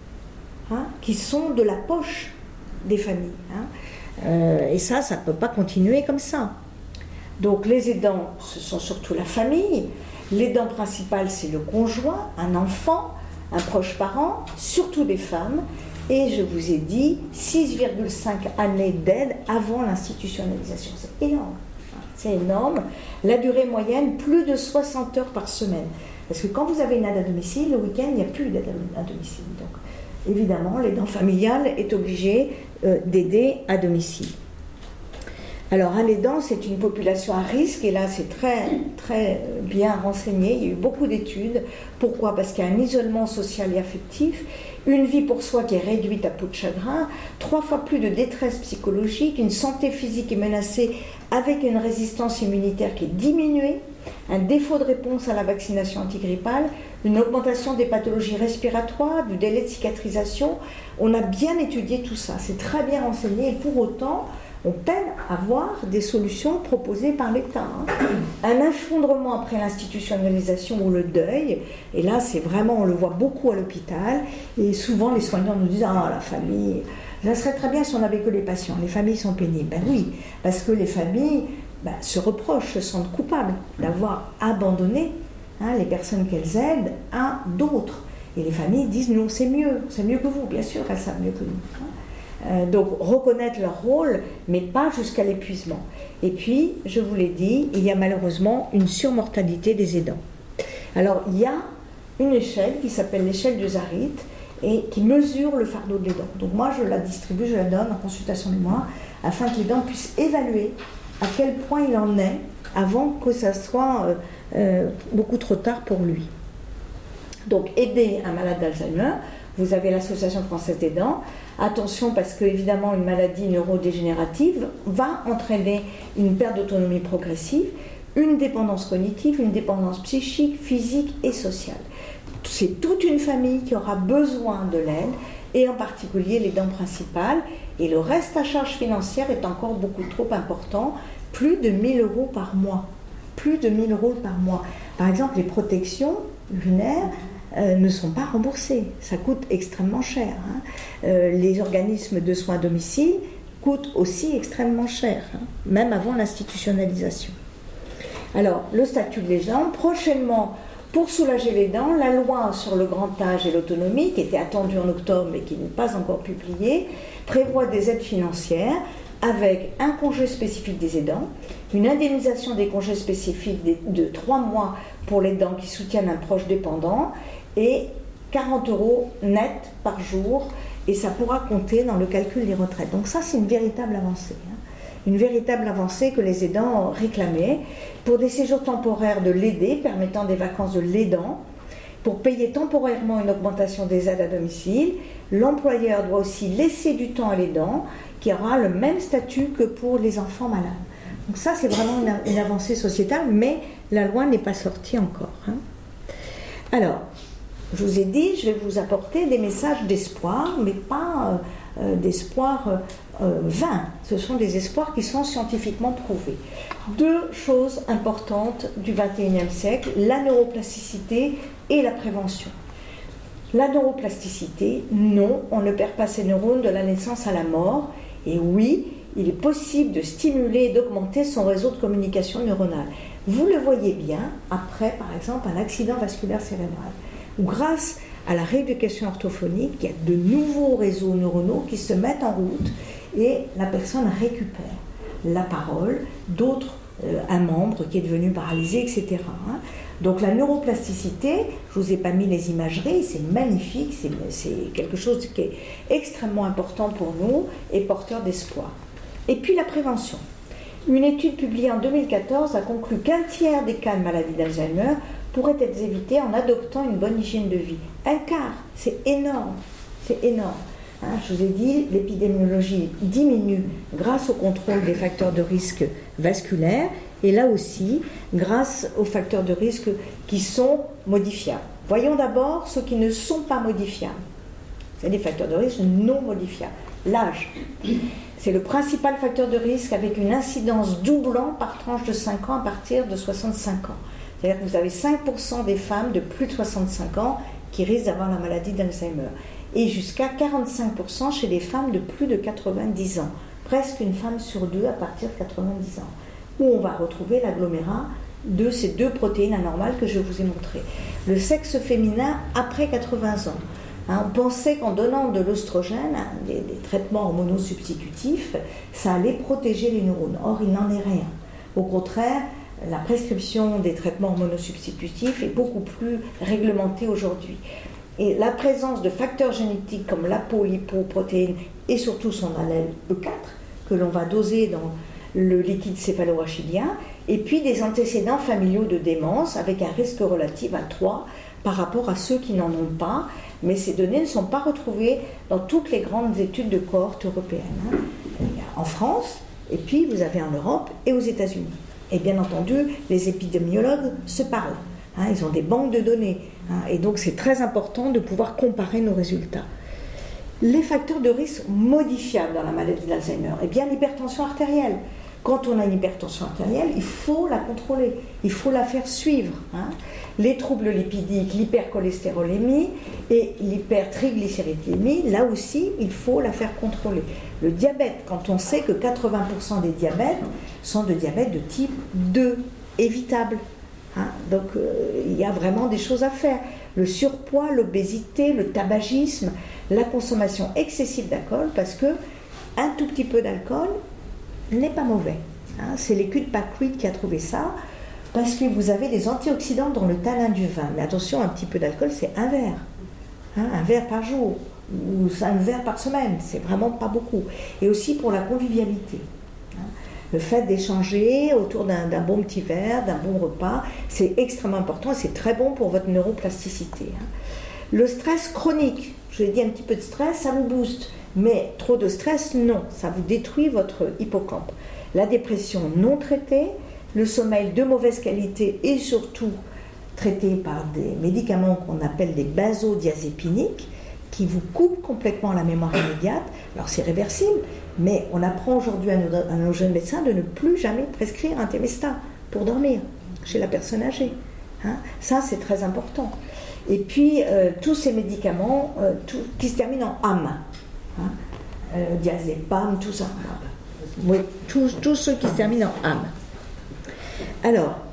[SPEAKER 2] hein, qui sont de la poche des familles. Hein. Euh, et ça, ça ne peut pas continuer comme ça. Donc les aidants, ce sont surtout la famille. L'aidant principal, c'est le conjoint, un enfant, un proche parent, surtout des femmes. Et je vous ai dit, six virgule cinq années d'aide avant l'institutionnalisation. C'est énorme. C'est énorme. La durée moyenne, plus de soixante heures par semaine. Parce que quand vous avez une aide à domicile, le week-end, il n'y a plus d'aide à domicile. Donc, évidemment, l'aidant familial est obligé euh, d'aider à domicile. Alors, un aidant, c'est une population à risque, et là, c'est très, très bien renseigné. Il y a eu beaucoup d'études. Pourquoi ? Parce qu'il y a un isolement social et affectif, une vie pour soi qui est réduite à peau de chagrin, trois fois plus de détresse psychologique, une santé physique est menacée avec une résistance immunitaire qui est diminuée, un défaut de réponse à la vaccination antigrippale, une augmentation des pathologies respiratoires, du délai de cicatrisation. On a bien étudié tout ça, c'est très bien renseigné, et pour autant, on peine à voir des solutions proposées par l'État. Hein. Un effondrement après l'institutionnalisation ou le deuil, et là c'est vraiment, on le voit beaucoup à l'hôpital, et souvent les soignants nous disent « Ah, la famille, ça serait très bien si on n'avait que les patients, les familles sont pénibles. » Ben oui, parce que les familles ben, se reprochent, se sentent coupables d'avoir abandonné hein, les personnes qu'elles aident à d'autres. Et les familles disent « Nous, c'est mieux, c'est mieux que vous, bien sûr, elles savent mieux que nous. Hein. » Euh, donc reconnaître leur rôle, mais pas jusqu'à l'épuisement. Et puis, je vous l'ai dit, il y a malheureusement une surmortalité des aidants. Alors, il y a une échelle qui s'appelle l'échelle de Zarit et qui mesure le fardeau de l'aidant. Donc moi, je la distribue, je la donne en consultation mémoire, afin que l'aidant puisse évaluer à quel point il en est avant que ça soit euh, euh, beaucoup trop tard pour lui. Donc, aider un malade d'Alzheimer, vous avez l'Association française des dents. Attention, parce que évidemment une maladie neurodégénérative va entraîner une perte d'autonomie progressive, une dépendance cognitive, une dépendance psychique, physique et sociale. C'est toute une famille qui aura besoin de l'aide, et en particulier les dents principales, et le reste à charge financière est encore beaucoup trop important, plus de mille euros par mois. Plus de mille euros par mois. Par exemple, les protections lunaires Euh, ne sont pas remboursés. Ça coûte extrêmement cher. Hein. Euh, les organismes de soins à domicile coûtent aussi extrêmement cher, hein, même avant l'institutionnalisation. Alors, le statut de l'aidant, prochainement, Pour soulager les dents, la loi sur le grand âge et l'autonomie, qui était attendue en octobre mais qui n'est pas encore publiée, prévoit des aides financières avec un congé spécifique des aidants, une indemnisation des congés spécifiques de trois mois pour les aidants qui soutiennent un proche dépendant et quarante euros net par jour, et ça pourra compter dans le calcul des retraites. Donc ça, c'est une véritable avancée. Hein. Une véritable avancée que les aidants réclamaient pour des séjours temporaires de l'aidé, permettant des vacances de l'aidant, pour payer temporairement une augmentation des aides à domicile. L'employeur doit aussi laisser du temps à l'aidant, qui aura le même statut que pour les enfants malades. Donc ça, c'est vraiment une, une avancée sociétale, mais la loi n'est pas sortie encore. Hein. Alors, je vous ai dit, je vais vous apporter des messages d'espoir, mais pas euh, d'espoir euh, vain. Ce sont des espoirs qui sont scientifiquement prouvés. Deux choses importantes du vingt et unième siècle, la neuroplasticité et la prévention. La neuroplasticité, non, on ne perd pas ses neurones de la naissance à la mort. Et oui, il est possible de stimuler et d'augmenter son réseau de communication neuronale. Vous le voyez bien après, par exemple, un accident vasculaire cérébral, où grâce à la rééducation orthophonique, il y a de nouveaux réseaux neuronaux qui se mettent en route et la personne récupère la parole, d'autres, euh, un membre qui est devenu paralysé, et cetera. Hein. Donc la neuroplasticité, je ne vous ai pas mis les imageries, c'est magnifique, c'est, c'est quelque chose qui est extrêmement important pour nous et porteur d'espoir. Et puis la prévention. Une étude publiée en deux mille quatorze a conclu qu'un tiers des cas de maladie d'Alzheimer pourraient être évités en adoptant une bonne hygiène de vie. Un quart, c'est énorme, c'est énorme. Hein, je vous ai dit, l'épidémiologie diminue grâce au contrôle des facteurs de risque vasculaires et là aussi, grâce aux facteurs de risque qui sont modifiables. Voyons d'abord ceux qui ne sont pas modifiables. C'est des facteurs de risque non modifiables. L'âge, c'est le principal facteur de risque avec une incidence doublant par tranche de cinq ans à partir de soixante-cinq ans. C'est-à-dire que vous avez cinq pour cent des femmes de plus de soixante-cinq ans qui risquent d'avoir la maladie d'Alzheimer. Et jusqu'à quarante-cinq pour cent chez les femmes de plus de quatre-vingt-dix ans. Presque une femme sur deux à partir de quatre-vingt-dix ans. Où on va retrouver l'agglomérat de ces deux protéines anormales que je vous ai montrées. Le sexe féminin après quatre-vingts ans. Hein, on pensait qu'en donnant de l'oestrogène, hein, des, des traitements hormonosubstitutifs, ça allait protéger les neurones. Or, il n'en est rien. Au contraire, la prescription des traitements hormonosubstitutifs est beaucoup plus réglementée aujourd'hui. Et la présence de facteurs génétiques comme l'apolipoprotéine et surtout son allèle E quatre, que l'on va doser dans le liquide céphalorachidien, et puis des antécédents familiaux de démence avec un risque relatif à trois par rapport à ceux qui n'en ont pas, mais ces données ne sont pas retrouvées dans toutes les grandes études de cohorte européennes. Hein. En France, et puis vous avez en Europe et aux États-Unis. Et bien entendu, les épidémiologues se parlent. Hein, ils ont des banques de données. Hein, et donc c'est très important de pouvoir comparer nos résultats. Les facteurs de risque modifiables dans la maladie d'Alzheimer, eh bien l'hypertension artérielle. Quand on a une hypertension artérielle, il faut la contrôler, il faut la faire suivre. Hein. Les troubles lipidiques, l'hypercholestérolémie et l'hypertriglycéridémie, là aussi, il faut la faire contrôler. Le diabète, quand on sait que quatre-vingts pour cent des diabètes sont de diabète de type deux, évitable. Hein. Donc, euh, il y a vraiment des choses à faire. Le surpoids, l'obésité, le tabagisme, la consommation excessive d'alcool, parce que un tout petit peu d'alcool n'est pas mauvais. Hein. C'est l'étude Packweed qui a trouvé ça, parce que vous avez des antioxydants dans le tanin du vin. Mais attention, un petit peu d'alcool, c'est un verre. Hein, un verre par jour, ou un verre par semaine, c'est vraiment pas beaucoup. Et aussi pour la convivialité. Hein. Le fait d'échanger autour d'un, d'un bon petit verre, d'un bon repas, c'est extrêmement important et c'est très bon pour votre neuroplasticité. Hein. Le stress chronique, je l'ai dit, un petit peu de stress, ça vous booste. Mais trop de stress, non, ça vous détruit votre hippocampe. La dépression non traitée, le sommeil de mauvaise qualité et surtout traité par des médicaments qu'on appelle des benzodiazépiniques qui vous coupent complètement la mémoire immédiate. Alors c'est réversible, mais on apprend aujourd'hui à nos, à nos jeunes médecins de ne plus jamais prescrire un Temesta pour dormir chez la personne âgée. Hein, ça c'est très important. Et puis euh, tous ces médicaments euh, tout, qui se terminent en ame. Hein, euh, diazépam, tout ça. Oui, tous, tous ceux qui se terminent en ame. Alors,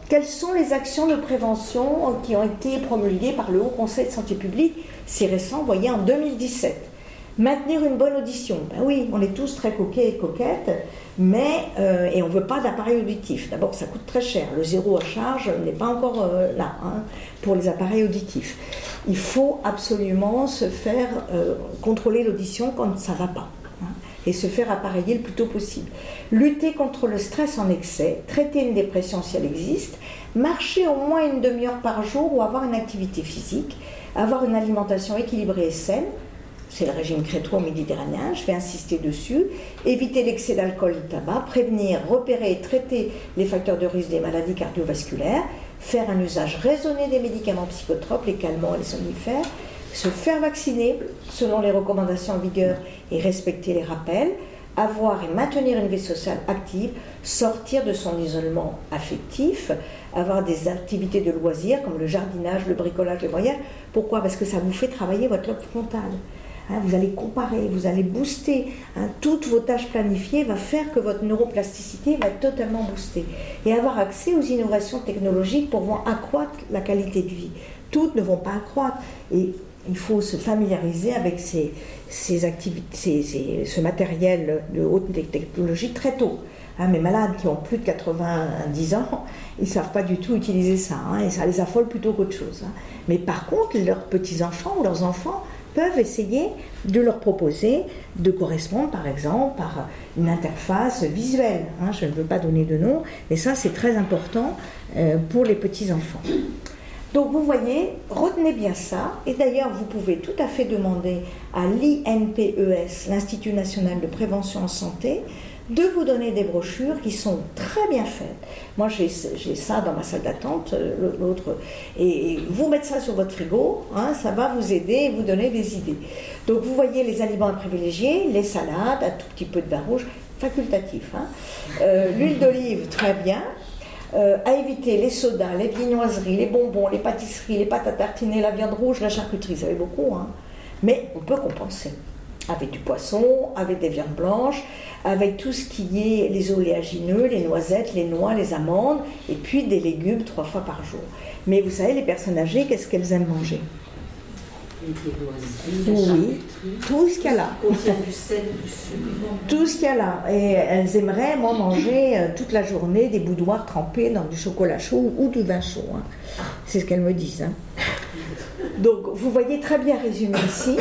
[SPEAKER 2] quelles sont les actions de prévention qui ont été promulguées par le Haut Conseil de santé publique, c'est récent, vous voyez, en deux mille dix-sept. Maintenir une bonne audition. Ben oui, on est tous très coquets et coquettes, mais, euh, et on ne veut pas d'appareil auditif. D'abord, ça coûte très cher. Le zéro à charge n'est pas encore euh, là hein, pour les appareils auditifs. Il faut absolument se faire euh, contrôler l'audition quand ça ne va pas. Hein, et se faire appareiller le plus tôt possible. Lutter contre le stress en excès, traiter une dépression si elle existe, marcher au moins une demi-heure par jour ou avoir une activité physique, avoir une alimentation équilibrée et saine. C'est le régime crétois-méditerranéen, je vais insister dessus. Éviter l'excès d'alcool et de tabac, prévenir, repérer et traiter les facteurs de risque des maladies cardiovasculaires, faire un usage raisonné des médicaments psychotropes, les calmants et les somnifères, se faire vacciner selon les recommandations en vigueur et respecter les rappels, avoir et maintenir une vie sociale active, sortir de son isolement affectif, avoir des activités de loisirs comme le jardinage, le bricolage, le voyage. Pourquoi ? Parce que ça vous fait travailler votre lobe frontal. Hein, vous allez comparer, vous allez booster. Hein, toutes vos tâches planifiées va faire que votre neuroplasticité va être totalement boostée. Et avoir accès aux innovations technologiques pour pouvoir accroître la qualité de vie. Toutes ne vont pas accroître. Et il faut se familiariser avec ces, ces activités, ces, ces, ce matériel de haute technologie très tôt. Hein, mes malades qui ont plus de quatre-vingt-dix ans, ils ne savent pas du tout utiliser ça. Hein, et ça les affole plutôt qu'autre chose. Hein. Mais par contre, leurs petits-enfants ou leurs enfants peuvent essayer de leur proposer de correspondre, par exemple, par une interface visuelle. Hein, je ne veux pas donner de nom, mais ça, c'est très important euh, pour les petits-enfants. Donc, vous voyez, retenez bien ça. Et d'ailleurs, vous pouvez tout à fait demander à l'I N P E S, l'Institut National de Prévention en Santé, de vous donner des brochures qui sont très bien faites. Moi, j'ai, j'ai ça dans ma salle d'attente, l'autre. Et vous mettez ça sur votre frigo, hein, ça va vous aider et vous donner des idées. Donc, vous voyez les aliments à privilégier, les salades, un tout petit peu de vin rouge, facultatif. Hein. Euh, l'huile d'olive, très bien. Euh, à éviter les sodas, les viennoiseries, les bonbons, les pâtisseries, les pâtes à tartiner, la viande rouge, la charcuterie, ça fait beaucoup. Hein. Mais on peut compenser. Avec du poisson, avec des viandes blanches, avec tout ce qui est les oléagineux, les noisettes, les noix, les amandes, et puis des légumes trois fois par jour. Mais vous savez, les personnes âgées, qu'est-ce qu'elles aiment manger ? Oui, tout ce qu'il y a là. Tout ce qu'il y a là. Et elles aimeraient, moi, manger toute la journée des boudoirs trempés dans du chocolat chaud ou du vin chaud. Hein. C'est ce qu'elles me disent. Hein. Donc, vous voyez très bien résumé ici.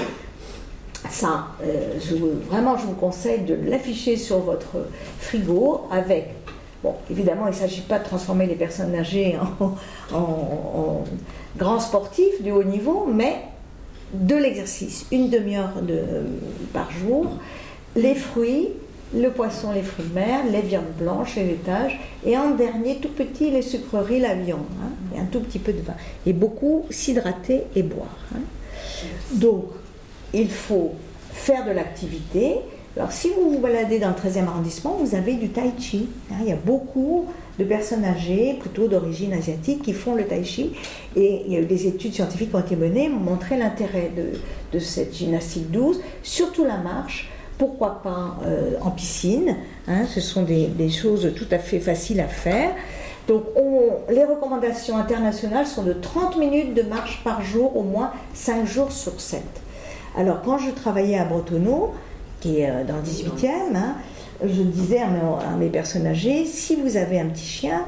[SPEAKER 2] Ça, euh, je vous, vraiment, je vous conseille de l'afficher sur votre frigo avec, bon, évidemment, il ne s'agit pas de transformer les personnes âgées en, en, en grands sportifs du haut niveau, mais de l'exercice, une demi-heure de, par jour, les fruits, le poisson, les fruits de mer, les viandes blanches, les laitages, et en dernier, tout petit, les sucreries, la viande, hein, et un tout petit peu de vin. Et beaucoup s'hydrater et boire. Hein. Donc, il faut faire de l'activité. Alors, si vous vous baladez dans le treizième arrondissement, vous avez du tai chi. Hein, il y a beaucoup de personnes âgées, plutôt d'origine asiatique, qui font le tai chi. Et il y a eu des études scientifiques qui ont été menées, montré l'intérêt de, de cette gymnastique douce, surtout la marche. Pourquoi pas euh, en piscine, hein, ce sont des, des choses tout à fait faciles à faire. Donc on, les recommandations internationales sont de trente minutes de marche par jour, au moins cinq jours sur sept. Alors quand je travaillais à Bretonneau, qui est dans le dix-huitième, hein, je disais à mes, à mes personnes âgées, si vous avez un petit chien,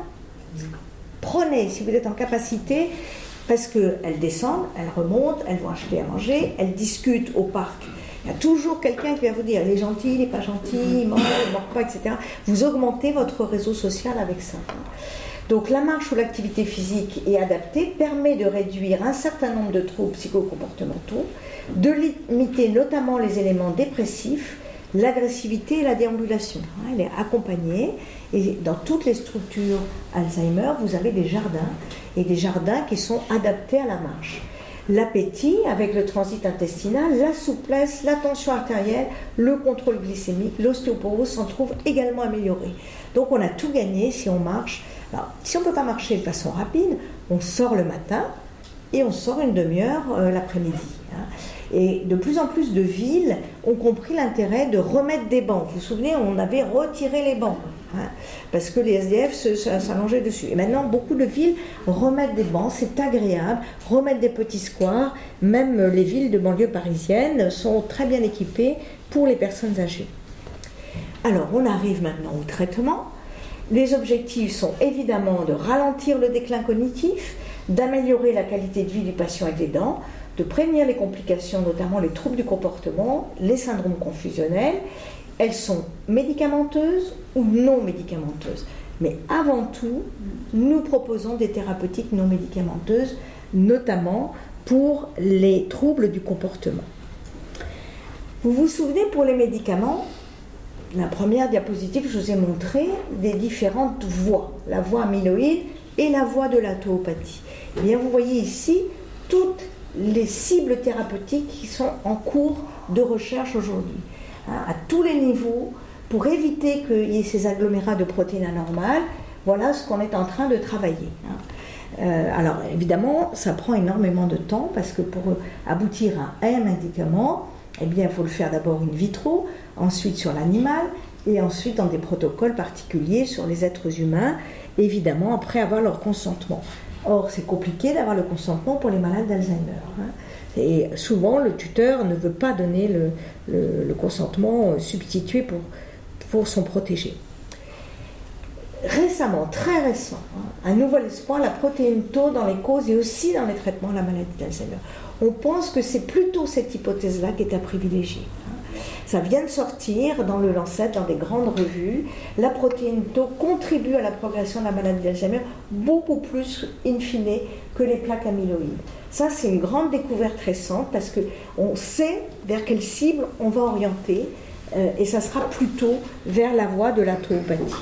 [SPEAKER 2] prenez, si vous êtes en capacité, parce qu'elles descendent, elles remontent, elles vont acheter à manger, elles discutent au parc. Il y a toujours quelqu'un qui va vous dire, il est gentil, il n'est pas gentil, il mange, il ne mange pas, et cetera. Vous augmentez votre réseau social avec ça. Donc la marche ou l'activité physique est adaptée, permet de réduire un certain nombre de troubles psychocomportementaux, de limiter notamment les éléments dépressifs, l'agressivité et la déambulation. Elle est accompagnée, et dans toutes les structures Alzheimer, vous avez des jardins, et des jardins qui sont adaptés à la marche. L'appétit avec le transit intestinal, la souplesse, la tension artérielle, le contrôle glycémique, l'ostéoporose s'en trouvent également améliorés. Donc on a tout gagné si on marche. Alors, si on ne peut pas marcher de façon rapide, on sort le matin et on sort une demi-heure euh, l'après-midi. Hein. Et de plus en plus de villes ont compris l'intérêt de remettre des bancs. Vous vous souvenez, on avait retiré les bancs. hein, parce que les S D F s'allongeaient dessus. Et maintenant, beaucoup de villes remettent des bancs, c'est agréable, remettent des petits squares. Même les villes de banlieue parisienne sont très bien équipées pour les personnes âgées. Alors, on arrive maintenant au traitement. Les objectifs sont évidemment de ralentir le déclin cognitif, d'améliorer la qualité de vie du patient avec les dents, de prévenir les complications, notamment les troubles du comportement, les syndromes confusionnels. Elles sont médicamenteuses ou non médicamenteuses. Mais avant tout, nous proposons des thérapeutiques non médicamenteuses, notamment pour les troubles du comportement. Vous vous souvenez, pour les médicaments, la première diapositive, je vous ai montré des différentes voies, la voie amyloïde et la voie de la tauopathie. Eh bien, vous voyez ici toutes les cibles thérapeutiques qui sont en cours de recherche aujourd'hui, hein, à tous les niveaux, pour éviter qu'il y ait ces agglomérats de protéines anormales. Voilà ce qu'on est en train de travailler. Hein. Euh, alors, évidemment, ça prend énormément de temps, parce que pour aboutir à un médicament, eh bien, il faut le faire d'abord in vitro, ensuite sur l'animal, et ensuite dans des protocoles particuliers sur les êtres humains, évidemment, après avoir leur consentement. Or, c'est compliqué d'avoir le consentement pour les malades d'Alzheimer. Hein. Et souvent, le tuteur ne veut pas donner le, le, le consentement substitué pour, pour son protégé. Récemment, très récent, hein, un nouvel espoir, la protéine tau dans les causes et aussi dans les traitements de la maladie d'Alzheimer. On pense que c'est plutôt cette hypothèse-là qui est à privilégier. Ça vient de sortir dans le Lancet, dans des grandes revues. La protéine tau contribue à la progression de la maladie d'Alzheimer beaucoup plus in fine que les plaques amyloïdes. Ça, c'est une grande découverte récente, parce qu'on sait vers quelle cible on va orienter, euh, et ça sera plutôt vers la voie de la tauopathie.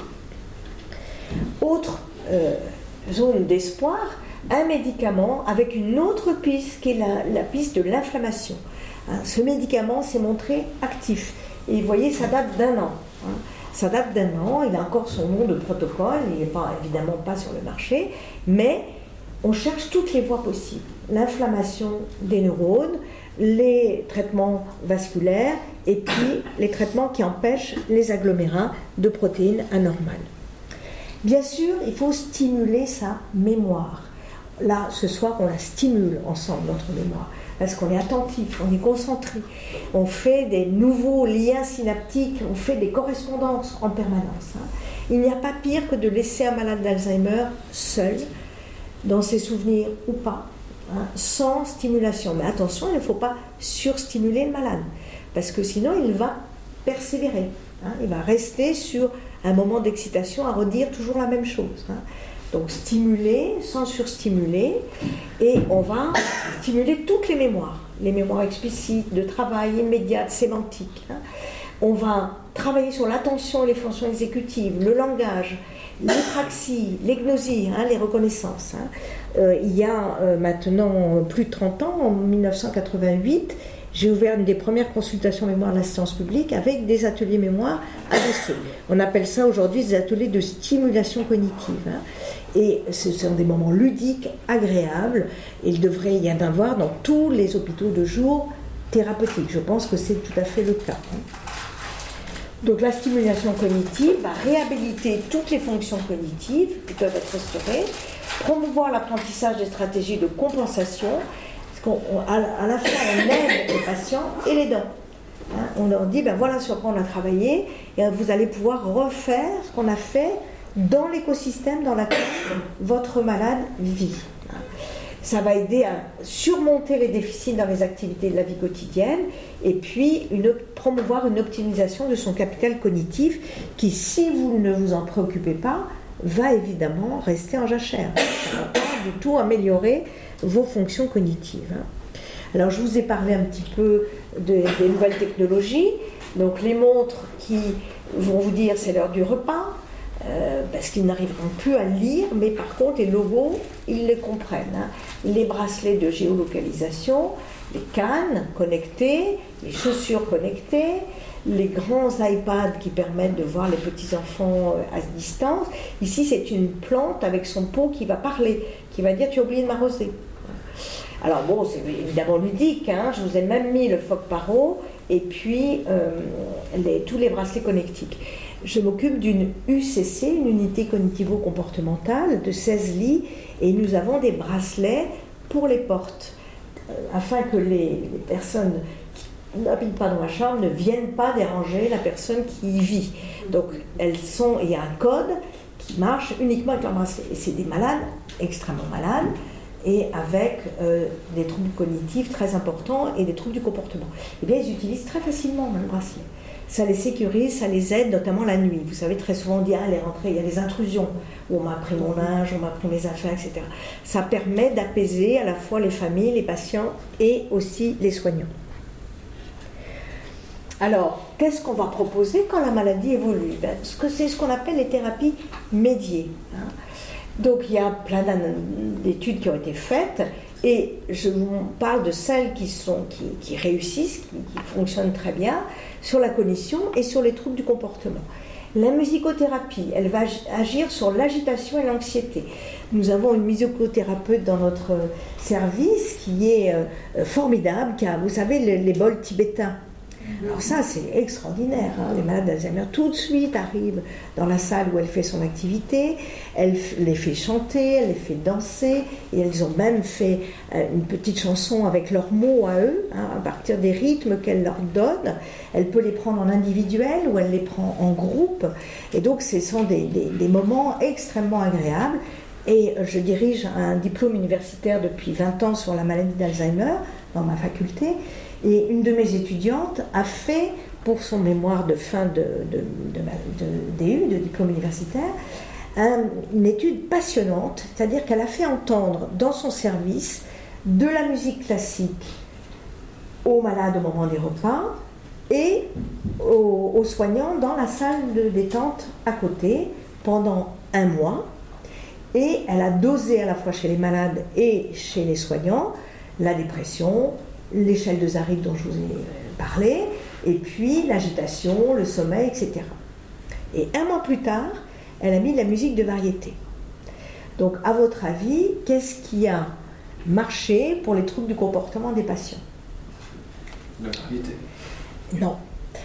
[SPEAKER 2] Autre euh, zone d'espoir, un médicament avec une autre piste qui est la, la piste de l'inflammation. Hein, ce médicament s'est montré actif. Et vous voyez, ça date d'un an. Hein. Ça date d'un an, il a encore son nom de protocole, il n'est pas, évidemment pas sur le marché, mais on cherche toutes les voies possibles. L'inflammation des neurones, les traitements vasculaires, et puis les traitements qui empêchent les agglomérats de protéines anormales. Bien sûr, il faut stimuler sa mémoire. Là, ce soir, on la stimule ensemble, notre mémoire, parce qu'on est attentif, on est concentré, on fait des nouveaux liens synaptiques, on fait des correspondances en permanence. Hein. Il n'y a pas pire que de laisser un malade d'Alzheimer seul, dans ses souvenirs ou pas, hein, sans stimulation. Mais attention, il ne faut pas surstimuler le malade, parce que sinon, il va persévérer. Hein. Il va rester sur un moment d'excitation à redire toujours la même chose. Hein. Donc stimuler sans surstimuler, et on va stimuler toutes les mémoires, les mémoires explicites, de travail, immédiates, sémantiques. Hein. On va travailler sur l'attention et les fonctions exécutives, le langage, l'hypraxie, les gnosies, hein, les reconnaissances. Hein. Euh, il y a euh, maintenant plus de trente ans, en mille neuf cent quatre-vingt-huit, j'ai ouvert une des premières consultations mémoire de l'assistance publique avec des ateliers mémoire adossés. On appelle ça aujourd'hui des ateliers de stimulation cognitive. Hein. Et ce sont des moments ludiques, agréables. Et il devrait y en avoir dans tous les hôpitaux de jour thérapeutiques. Je pense que c'est tout à fait le cas. Hein. Donc la stimulation cognitive va réhabiliter toutes les fonctions cognitives qui peuvent être restaurées, promouvoir l'apprentissage des stratégies de compensation. À la fois, on aide les patients et les dents. Hein, on leur dit, ben voilà sur quoi on a travaillé, et vous allez pouvoir refaire ce qu'on a fait dans l'écosystème dans lequel votre malade vit. Hein. Ça va aider à surmonter les déficits dans les activités de la vie quotidienne, et puis une, promouvoir une optimisation de son capital cognitif, qui, si vous ne vous en préoccupez pas, va évidemment rester en jachère. Ça ne va pas du tout améliorer vos fonctions cognitives. Alors je vous ai parlé un petit peu de, des nouvelles technologies, donc les montres qui vont vous dire c'est l'heure du repas, euh, parce qu'ils n'arriveront plus à lire, mais par contre les logos, ils les comprennent. Hein. Les bracelets de géolocalisation, les cannes connectées, les chaussures connectées, les grands iPads qui permettent de voir les petits-enfants à distance. Ici, c'est une plante avec son pot qui va parler, qui va dire « tu as oublié de m'arroser ». Alors bon, c'est évidemment ludique, hein. Je vous ai même mis le phoque paro et puis euh, les, tous les bracelets connectiques. je m'occupe d'une U C C, une unité cognitivo-comportementale de seize lits, et nous avons des bracelets pour les portes, euh, afin que les, les personnes qui n'habitent pas dans la chambre ne viennent pas déranger la personne qui y vit. Donc elles sont, il y a un code qui marche uniquement avec leur bracelet. Et c'est des malades, extrêmement malades, et avec euh, des troubles cognitifs très importants et des troubles du comportement. Eh bien, ils utilisent très facilement le bracelet. Ça les sécurise, ça les aide, notamment la nuit. Vous savez, très souvent on dit, ah, les rentrées, il y a des intrusions, où on m'a pris mon linge, on m'a pris mes affaires, et cetera. Ça permet d'apaiser à la fois les familles, les patients et aussi les soignants. Alors, qu'est-ce qu'on va proposer quand la maladie évolue? Ben, c'est ce qu'on appelle les thérapies médiées. Hein. Donc, il y a plein d'études qui ont été faites, et je vous parle de celles qui, sont, qui, qui réussissent, qui, qui fonctionnent très bien, sur la cognition et sur les troubles du comportement. La musicothérapie, elle va agir sur l'agitation et l'anxiété. Nous avons une musicothérapeute dans notre service qui est euh, formidable, qui a, vous savez, les, les bols tibétains. Alors ça, c'est extraordinaire. Hein. Les malades d'Alzheimer, tout de suite, arrivent dans la salle où elle fait son activité, elle les fait chanter, elle les fait danser, et elles ont même fait euh, une petite chanson avec leurs mots à eux, hein, à partir des rythmes qu'elle leur donne. Elle peut les prendre en individuel ou elle les prend en groupe. Et donc, ce sont des, des, des moments extrêmement agréables. Et je dirige un diplôme universitaire depuis vingt ans sur la maladie d'Alzheimer dans ma faculté. Et une de mes étudiantes a fait, pour son mémoire de fin de, de, de, de D U, de diplôme universitaire, un, une étude passionnante, c'est-à-dire qu'elle a fait entendre dans son service de la musique classique aux malades au moment des repas et aux, aux soignants dans la salle de détente à côté pendant un mois. Et elle a dosé à la fois chez les malades et chez les soignants la dépression, l'échelle de Zarit dont je vous ai parlé, et puis l'agitation, le sommeil, et cetera. Et un mois plus tard, elle a mis de la musique de variété. Donc, à votre avis, qu'est-ce qui a marché pour les troubles du comportement des patients?
[SPEAKER 3] La variété.
[SPEAKER 2] Non.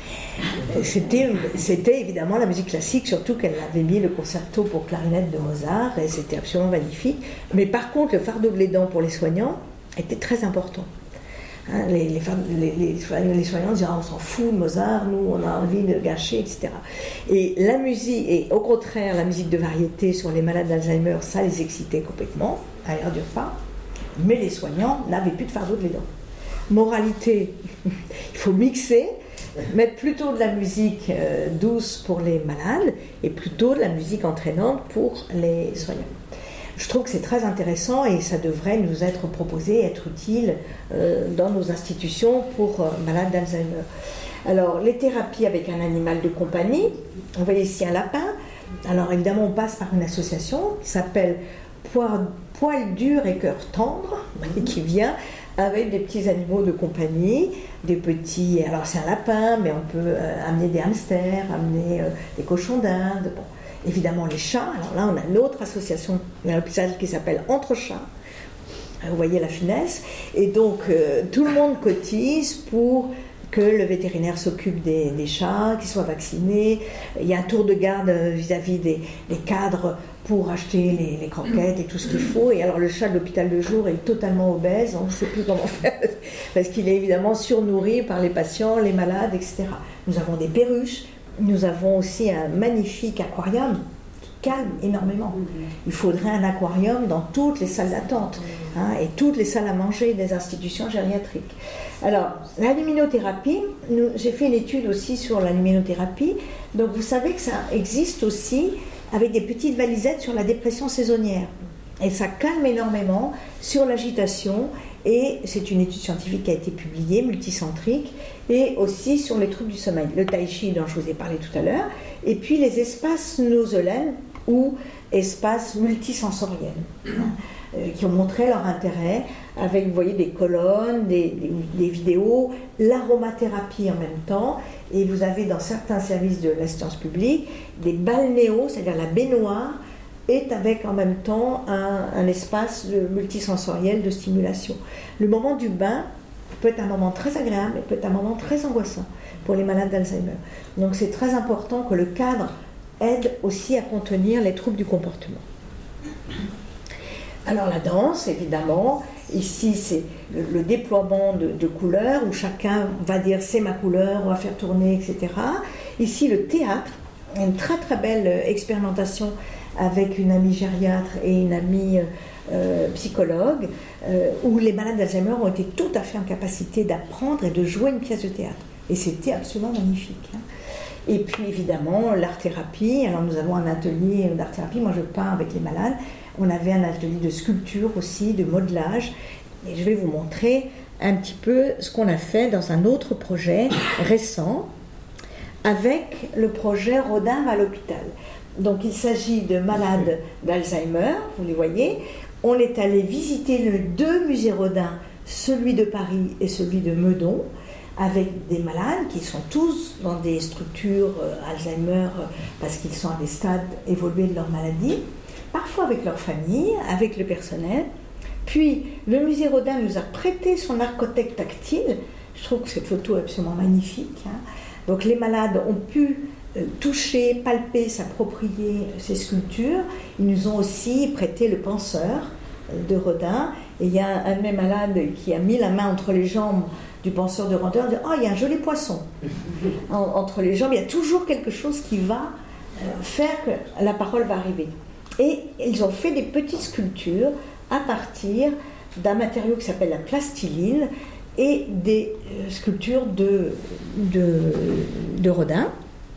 [SPEAKER 2] C'était, c'était évidemment la musique classique, surtout qu'elle avait mis le concerto pour clarinette de Mozart, et c'était absolument magnifique. Mais par contre, le fardeau de l'aidant pour les soignants était très important. Hein, les, les, les, les, les soignants disaient, ah, on s'en fout de Mozart, nous on a envie de gâcher, et cetera. Et la musique, et au contraire, la musique de variété sur les malades d'Alzheimer, ça les excitait complètement, à l'heure du repas, mais les soignants n'avaient plus de fardeau de l'aidant. Moralité, il faut mixer, mettre plutôt de la musique euh, douce pour les malades et plutôt de la musique entraînante pour les soignants. Je trouve que c'est très intéressant et ça devrait nous être proposé, être utile euh, dans nos institutions pour euh, malades d'Alzheimer. Alors, les thérapies avec un animal de compagnie, on voit ici un lapin. Alors, évidemment, on passe par une association qui s'appelle Poil, Poil dur et cœur tendre, qui vient avec des petits animaux de compagnie, des petits... Alors, c'est un lapin, mais on peut euh, amener des hamsters, amener euh, des cochons d'Inde, bon. Évidemment les chats, alors là on a une autre association à l'hôpital qui s'appelle Entre Chats, vous voyez la finesse, et donc euh, tout le monde cotise pour que le vétérinaire s'occupe des, des chats, qu'ils soient vaccinés, il y a un tour de garde vis-à-vis des, des cadres pour acheter les, les croquettes et tout ce qu'il faut, et alors le chat de l'hôpital de jour est totalement obèse, on ne sait plus comment faire, parce qu'il est évidemment surnourri par les patients, les malades, et cetera. Nous avons des perruches. Nous avons aussi un magnifique aquarium qui calme énormément. Il faudrait un aquarium dans toutes les salles d'attente hein, et toutes les salles à manger des institutions gériatriques. Alors, la luminothérapie, nous, j'ai fait une étude aussi sur la luminothérapie. Donc, vous savez que ça existe aussi avec des petites valisettes sur la dépression saisonnière. Et ça calme énormément sur l'agitation. Et c'est une étude scientifique qui a été publiée, multicentrique, et aussi sur les troubles du sommeil, le tai chi dont je vous ai parlé tout à l'heure, et puis les espaces nosolènes ou espaces multisensoriels, hein, euh, qui ont montré leur intérêt avec, vous voyez, des colonnes, des, des, des vidéos, l'aromathérapie en même temps, et vous avez dans certains services de l'assistance publique des balnéos, c'est-à-dire la baignoire, est avec en même temps un, un espace multisensoriel de stimulation. Le moment du bain peut être un moment très agréable et peut être un moment très angoissant pour les malades d'Alzheimer. Donc c'est très important que le cadre aide aussi à contenir les troubles du comportement. Alors la danse, évidemment, ici c'est le, le déploiement de, de couleurs où chacun va dire c'est ma couleur, on va faire tourner, et cetera. Ici le théâtre, une très très belle expérimentation avec une amie gériatre et une amie euh, psychologue, euh, où les malades d'Alzheimer ont été tout à fait en capacité d'apprendre et de jouer une pièce de théâtre. Et c'était absolument magnifique. Hein. Et puis évidemment l'art-thérapie. Alors nous avons un atelier d'art-thérapie, moi je peins avec les malades. On avait un atelier de sculpture aussi, de modelage. Et je vais vous montrer un petit peu ce qu'on a fait dans un autre projet récent avec le projet Rodin va à l'hôpital. Donc il s'agit de malades d'Alzheimer, vous les voyez. On est allé visiter les deux musées Rodin, celui de Paris et celui de Meudon, avec des malades qui sont tous dans des structures euh, Alzheimer euh, parce qu'ils sont à des stades évolués de leur maladie, parfois avec leur famille, avec le personnel. Puis le musée Rodin nous a prêté son narcothèque tactile. Je trouve que cette photo est absolument magnifique. Hein. Donc les malades ont pu euh, toucher, palper, s'approprier ces sculptures. Ils nous ont aussi prêté le penseur euh, de Rodin. Et il y a un, un de mes malades qui a mis la main entre les jambes du penseur de Rodin, on dit « Oh, il y a un joli poisson » en, entre les jambes. Il y a toujours quelque chose qui va euh, faire que la parole va arriver. Et ils ont fait des petites sculptures à partir d'un matériau qui s'appelle la plastiline et des euh, sculptures de, de, de Rodin.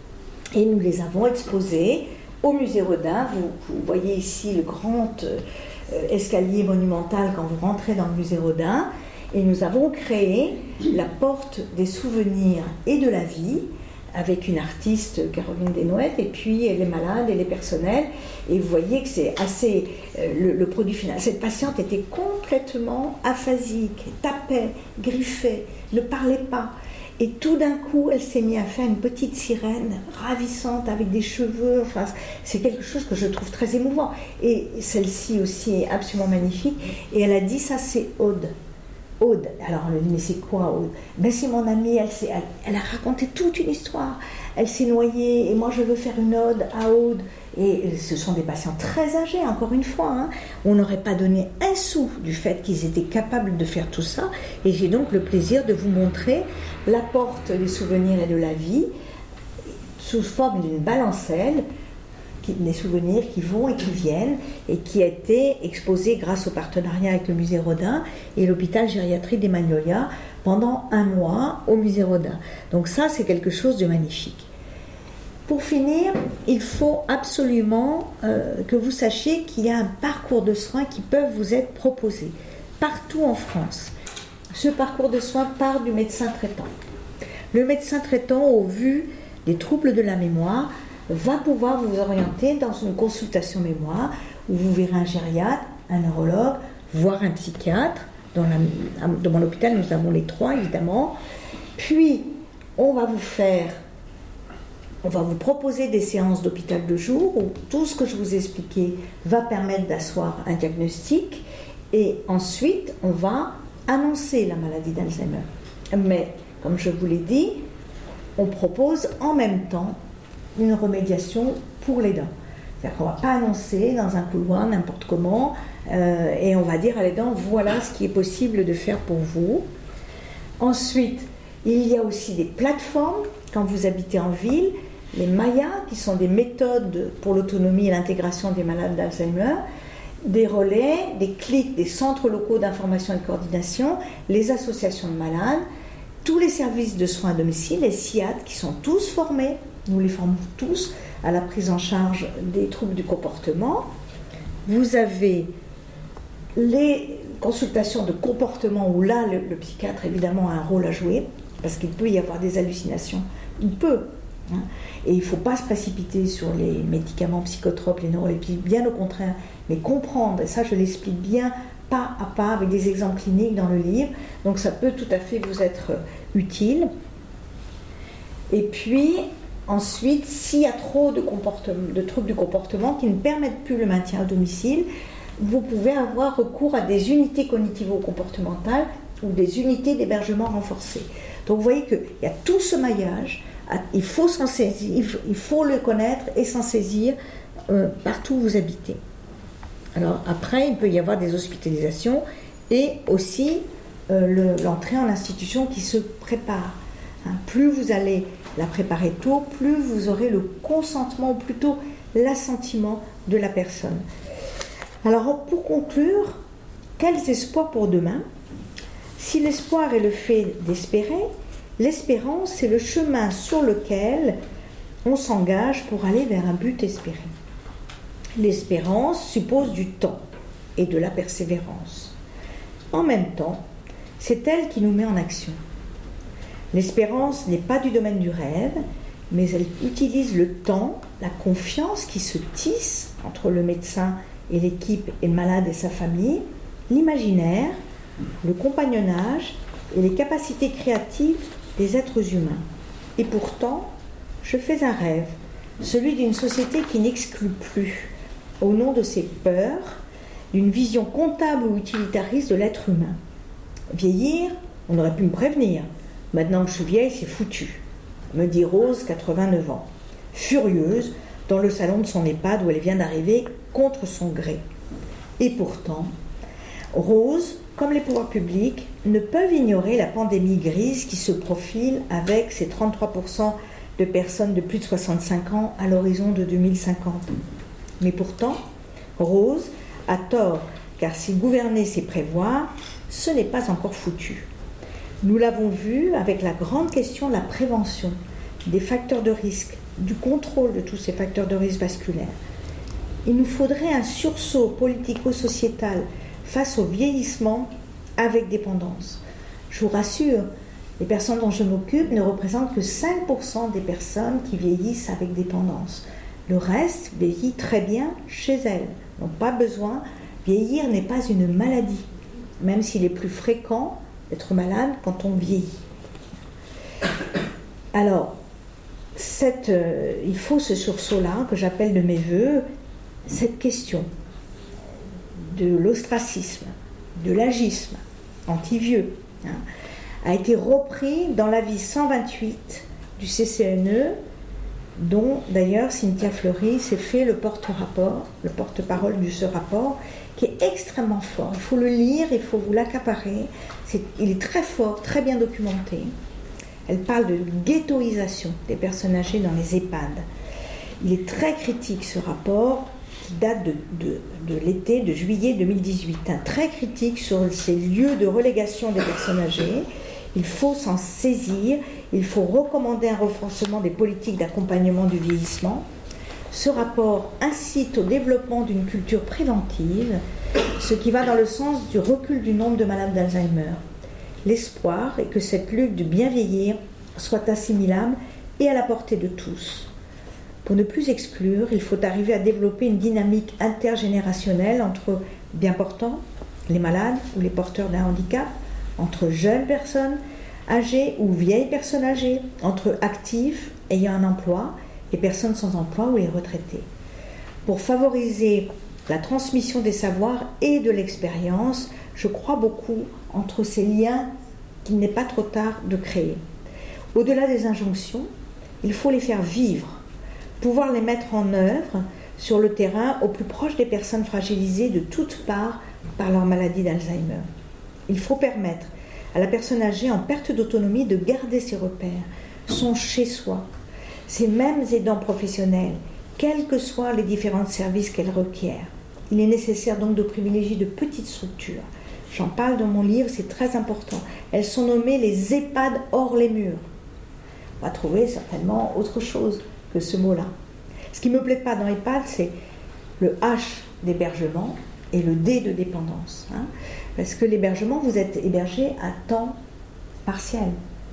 [SPEAKER 2] Et nous les avons exposées au musée Rodin. Vous, vous voyez ici le grand euh, escalier monumental quand vous rentrez dans le musée Rodin. Et nous avons créé la porte des souvenirs et de la vie avec une artiste, Caroline Desnouettes, et puis les malades et les personnels. Et vous voyez que c'est assez... Euh, le, le produit final. Cette patiente était complètement aphasique, tapait, griffait, ne parlait pas. Et tout d'un coup, elle s'est mise à faire une petite sirène ravissante avec des cheveux. Enfin, c'est quelque chose que je trouve très émouvant. Et celle-ci aussi est absolument magnifique. Et elle a dit, ça c'est Aude. Aude. Alors on lui dit, mais c'est quoi Aude? Ben c'est mon amie, elle, elle, elle a raconté toute une histoire. Elle s'est noyée et moi je veux faire une ode à Aude. Et ce sont des patients très âgés, encore une fois. Hein. On n'aurait pas donné un sou du fait qu'ils étaient capables de faire tout ça. Et j'ai donc le plaisir de vous montrer la porte des souvenirs et de la vie sous forme d'une balancelle, qui, des souvenirs qui vont et qui viennent, et qui a été exposée grâce au partenariat avec le musée Rodin et l'hôpital gériatrie des Magnolias pendant un mois au musée Rodin. Donc ça, c'est quelque chose de magnifique. Pour finir, il faut absolument euh, que vous sachiez qu'il y a un parcours de soins qui peuvent vous être proposés partout en France. Ce parcours de soins part du médecin traitant. Le médecin traitant, au vu des troubles de la mémoire, va pouvoir vous orienter dans une consultation mémoire où vous verrez un gériatre, un neurologue, voire un psychiatre. Dans, la, dans mon hôpital, nous avons les trois, évidemment. Puis, on va vous faire, on va vous proposer des séances d'hôpital de jour où tout ce que je vous ai expliqué va permettre d'asseoir un diagnostic. Et ensuite, on va annoncer la maladie d'Alzheimer. Mais, comme je vous l'ai dit, on propose en même temps une remédiation pour les dents. C'est-à-dire qu'on ne va pas annoncer dans un couloir n'importe comment euh, et on va dire à les dents, voilà ce qui est possible de faire pour vous. Ensuite, il y a aussi des plateformes quand vous habitez en ville, les Maya, qui sont des méthodes pour l'autonomie et l'intégration des malades d'Alzheimer, des relais, des clics, des centres locaux d'information et de coordination, les associations de malades, tous les services de soins à domicile, les S I A D, qui sont tous formés. Nous les formons tous à la prise en charge des troubles du comportement. Vous avez les consultations de comportement où là, le, le psychiatre, évidemment, a un rôle à jouer, parce qu'il peut y avoir des hallucinations. Il peut. Hein, et il ne faut pas se précipiter sur les médicaments psychotropes, les neuroleptiques, bien au contraire, mais comprendre, et ça je l'explique bien, pas à pas, avec des exemples cliniques dans le livre. Donc ça peut tout à fait vous être utile. Et puis... Ensuite, s'il y a trop de, de troubles du comportement qui ne permettent plus le maintien à domicile, vous pouvez avoir recours à des unités cognitivo-comportementales ou des unités d'hébergement renforcées. Donc vous voyez qu'il y a tout ce maillage, il faut s'en saisir, il faut le connaître et s'en saisir euh, partout où vous habitez. Alors après, il peut y avoir des hospitalisations et aussi euh, le, l'entrée en institution qui se prépare. Hein, plus vous allez la préparer tôt, plus vous aurez le consentement, ou plutôt l'assentiment de la personne. Alors pour conclure, quels espoirs pour demain? Si l'espoir est le fait d'espérer, l'espérance c'est le chemin sur lequel on s'engage pour aller vers un but espéré. L'espérance suppose du temps et de la persévérance. En même temps, c'est elle qui nous met en action. L'espérance n'est pas du domaine du rêve, mais elle utilise le temps, la confiance qui se tisse entre le médecin et l'équipe et le malade et sa famille, l'imaginaire, le compagnonnage et les capacités créatives des êtres humains. Et pourtant, je fais un rêve, celui d'une société qui n'exclut plus, au nom de ses peurs, d'une vision comptable ou utilitariste de l'être humain. Vieillir, on aurait pu me prévenir. Maintenant que je suis vieille, c'est foutu, me dit Rose, quatre-vingt-neuf ans, furieuse, dans le salon de son EHPAD où elle vient d'arriver contre son gré. Et pourtant, Rose, comme les pouvoirs publics, ne peuvent ignorer la pandémie grise qui se profile avec ses trente-trois pour cent de personnes de plus de soixante-cinq ans à l'horizon de deux mille cinquante. Mais pourtant, Rose a tort, car si gouverner c'est prévoir, ce n'est pas encore foutu. Nous l'avons vu avec la grande question de la prévention, des facteurs de risque, du contrôle de tous ces facteurs de risque vasculaires. Il nous faudrait un sursaut politico-sociétal face au vieillissement avec dépendance. Je vous rassure, les personnes dont je m'occupe ne représentent que cinq pour cent des personnes qui vieillissent avec dépendance. Le reste vieillit très bien chez elles. Donc pas besoin, vieillir n'est pas une maladie, même s'il est plus fréquent d'être malade quand on vieillit. Alors, cette, euh, il faut ce sursaut-là que j'appelle de mes voeux, cette question de l'ostracisme, de l'agisme anti-vieux, hein, a été repris dans l'avis cent vingt-huit du C C N E, dont d'ailleurs Cynthia Fleury s'est fait le porte-rapport, le porte-parole de ce rapport, qui est extrêmement fort. Il faut le lire, il faut vous l'accaparer. C'est, il est très fort, très bien documenté. Elle parle de ghettoisation des personnes âgées dans les EHPAD. Il est très critique ce rapport qui date de, de, de l'été, de juillet deux mille dix-huit. Hein, très critique sur ces lieux de relégation des personnes âgées. Il faut s'en saisir, il faut recommander un renforcement des politiques d'accompagnement du vieillissement. Ce rapport incite au développement d'une culture préventive, ce qui va dans le sens du recul du nombre de malades d'Alzheimer. L'espoir est que cette lutte de bien vieillir soit assimilable et à la portée de tous. Pour ne plus exclure, il faut arriver à développer une dynamique intergénérationnelle entre bien portants, les malades ou les porteurs d'un handicap, entre jeunes personnes âgées ou vieilles personnes âgées, entre actifs ayant un emploi et personnes sans emploi ou les retraités. Pour favoriser la transmission des savoirs et de l'expérience, je crois beaucoup entre ces liens qu'il n'est pas trop tard de créer. Au-delà des injonctions, il faut les faire vivre, pouvoir les mettre en œuvre sur le terrain au plus proche des personnes fragilisées de toutes parts par leur maladie d'Alzheimer. Il faut permettre à la personne âgée en perte d'autonomie de garder ses repères, son chez-soi, ses mêmes aidants professionnels, quels que soient les différents services qu'elle requiert. Il est nécessaire donc de privilégier de petites structures. J'en parle dans mon livre, c'est très important. Elles sont nommées les EHPAD hors les murs. On va trouver certainement autre chose que ce mot-là. Ce qui ne me plaît pas dans EHPAD, c'est le H d'hébergement et le D de dépendance. Hein, parce que l'hébergement, vous êtes hébergé à temps partiel,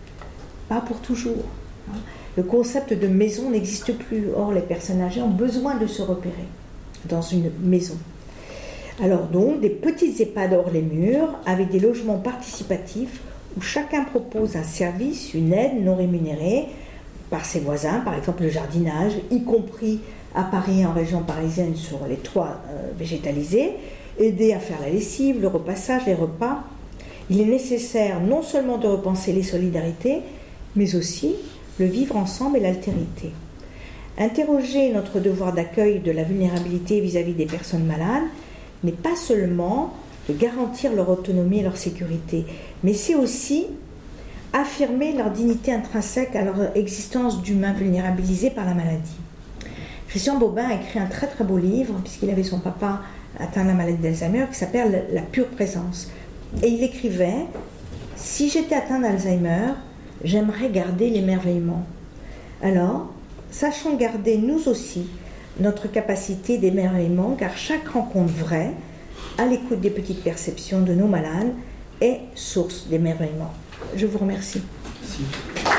[SPEAKER 2] pas pour toujours. Hein. Le concept de maison n'existe plus. Or, les personnes âgées ont besoin de se repérer dans une maison. Alors donc, des petites EHPAD hors les murs, avec des logements participatifs, où chacun propose un service, une aide non rémunérée, par ses voisins, par exemple le jardinage, y compris à Paris et en région parisienne sur les toits euh, végétalisés, aider à faire la lessive, le repassage, les repas. Il est nécessaire non seulement de repenser les solidarités, mais aussi le vivre ensemble et l'altérité. Interroger notre devoir d'accueil de la vulnérabilité vis-à-vis des personnes malades n'est pas seulement de garantir leur autonomie et leur sécurité, mais c'est aussi affirmer leur dignité intrinsèque à leur existence d'humains vulnérabilisés par la maladie. Christian Bobin a écrit un très très beau livre, puisqu'il avait son papa atteint de la maladie d'Alzheimer, qui s'appelle « La pure présence ». Et il écrivait « Si j'étais atteint d'Alzheimer, j'aimerais garder l'émerveillement. Alors, sachons garder nous aussi notre capacité d'émerveillement, car chaque rencontre vraie, à l'écoute des petites perceptions de nos malades, est source d'émerveillement. » Je vous remercie.
[SPEAKER 3] Merci.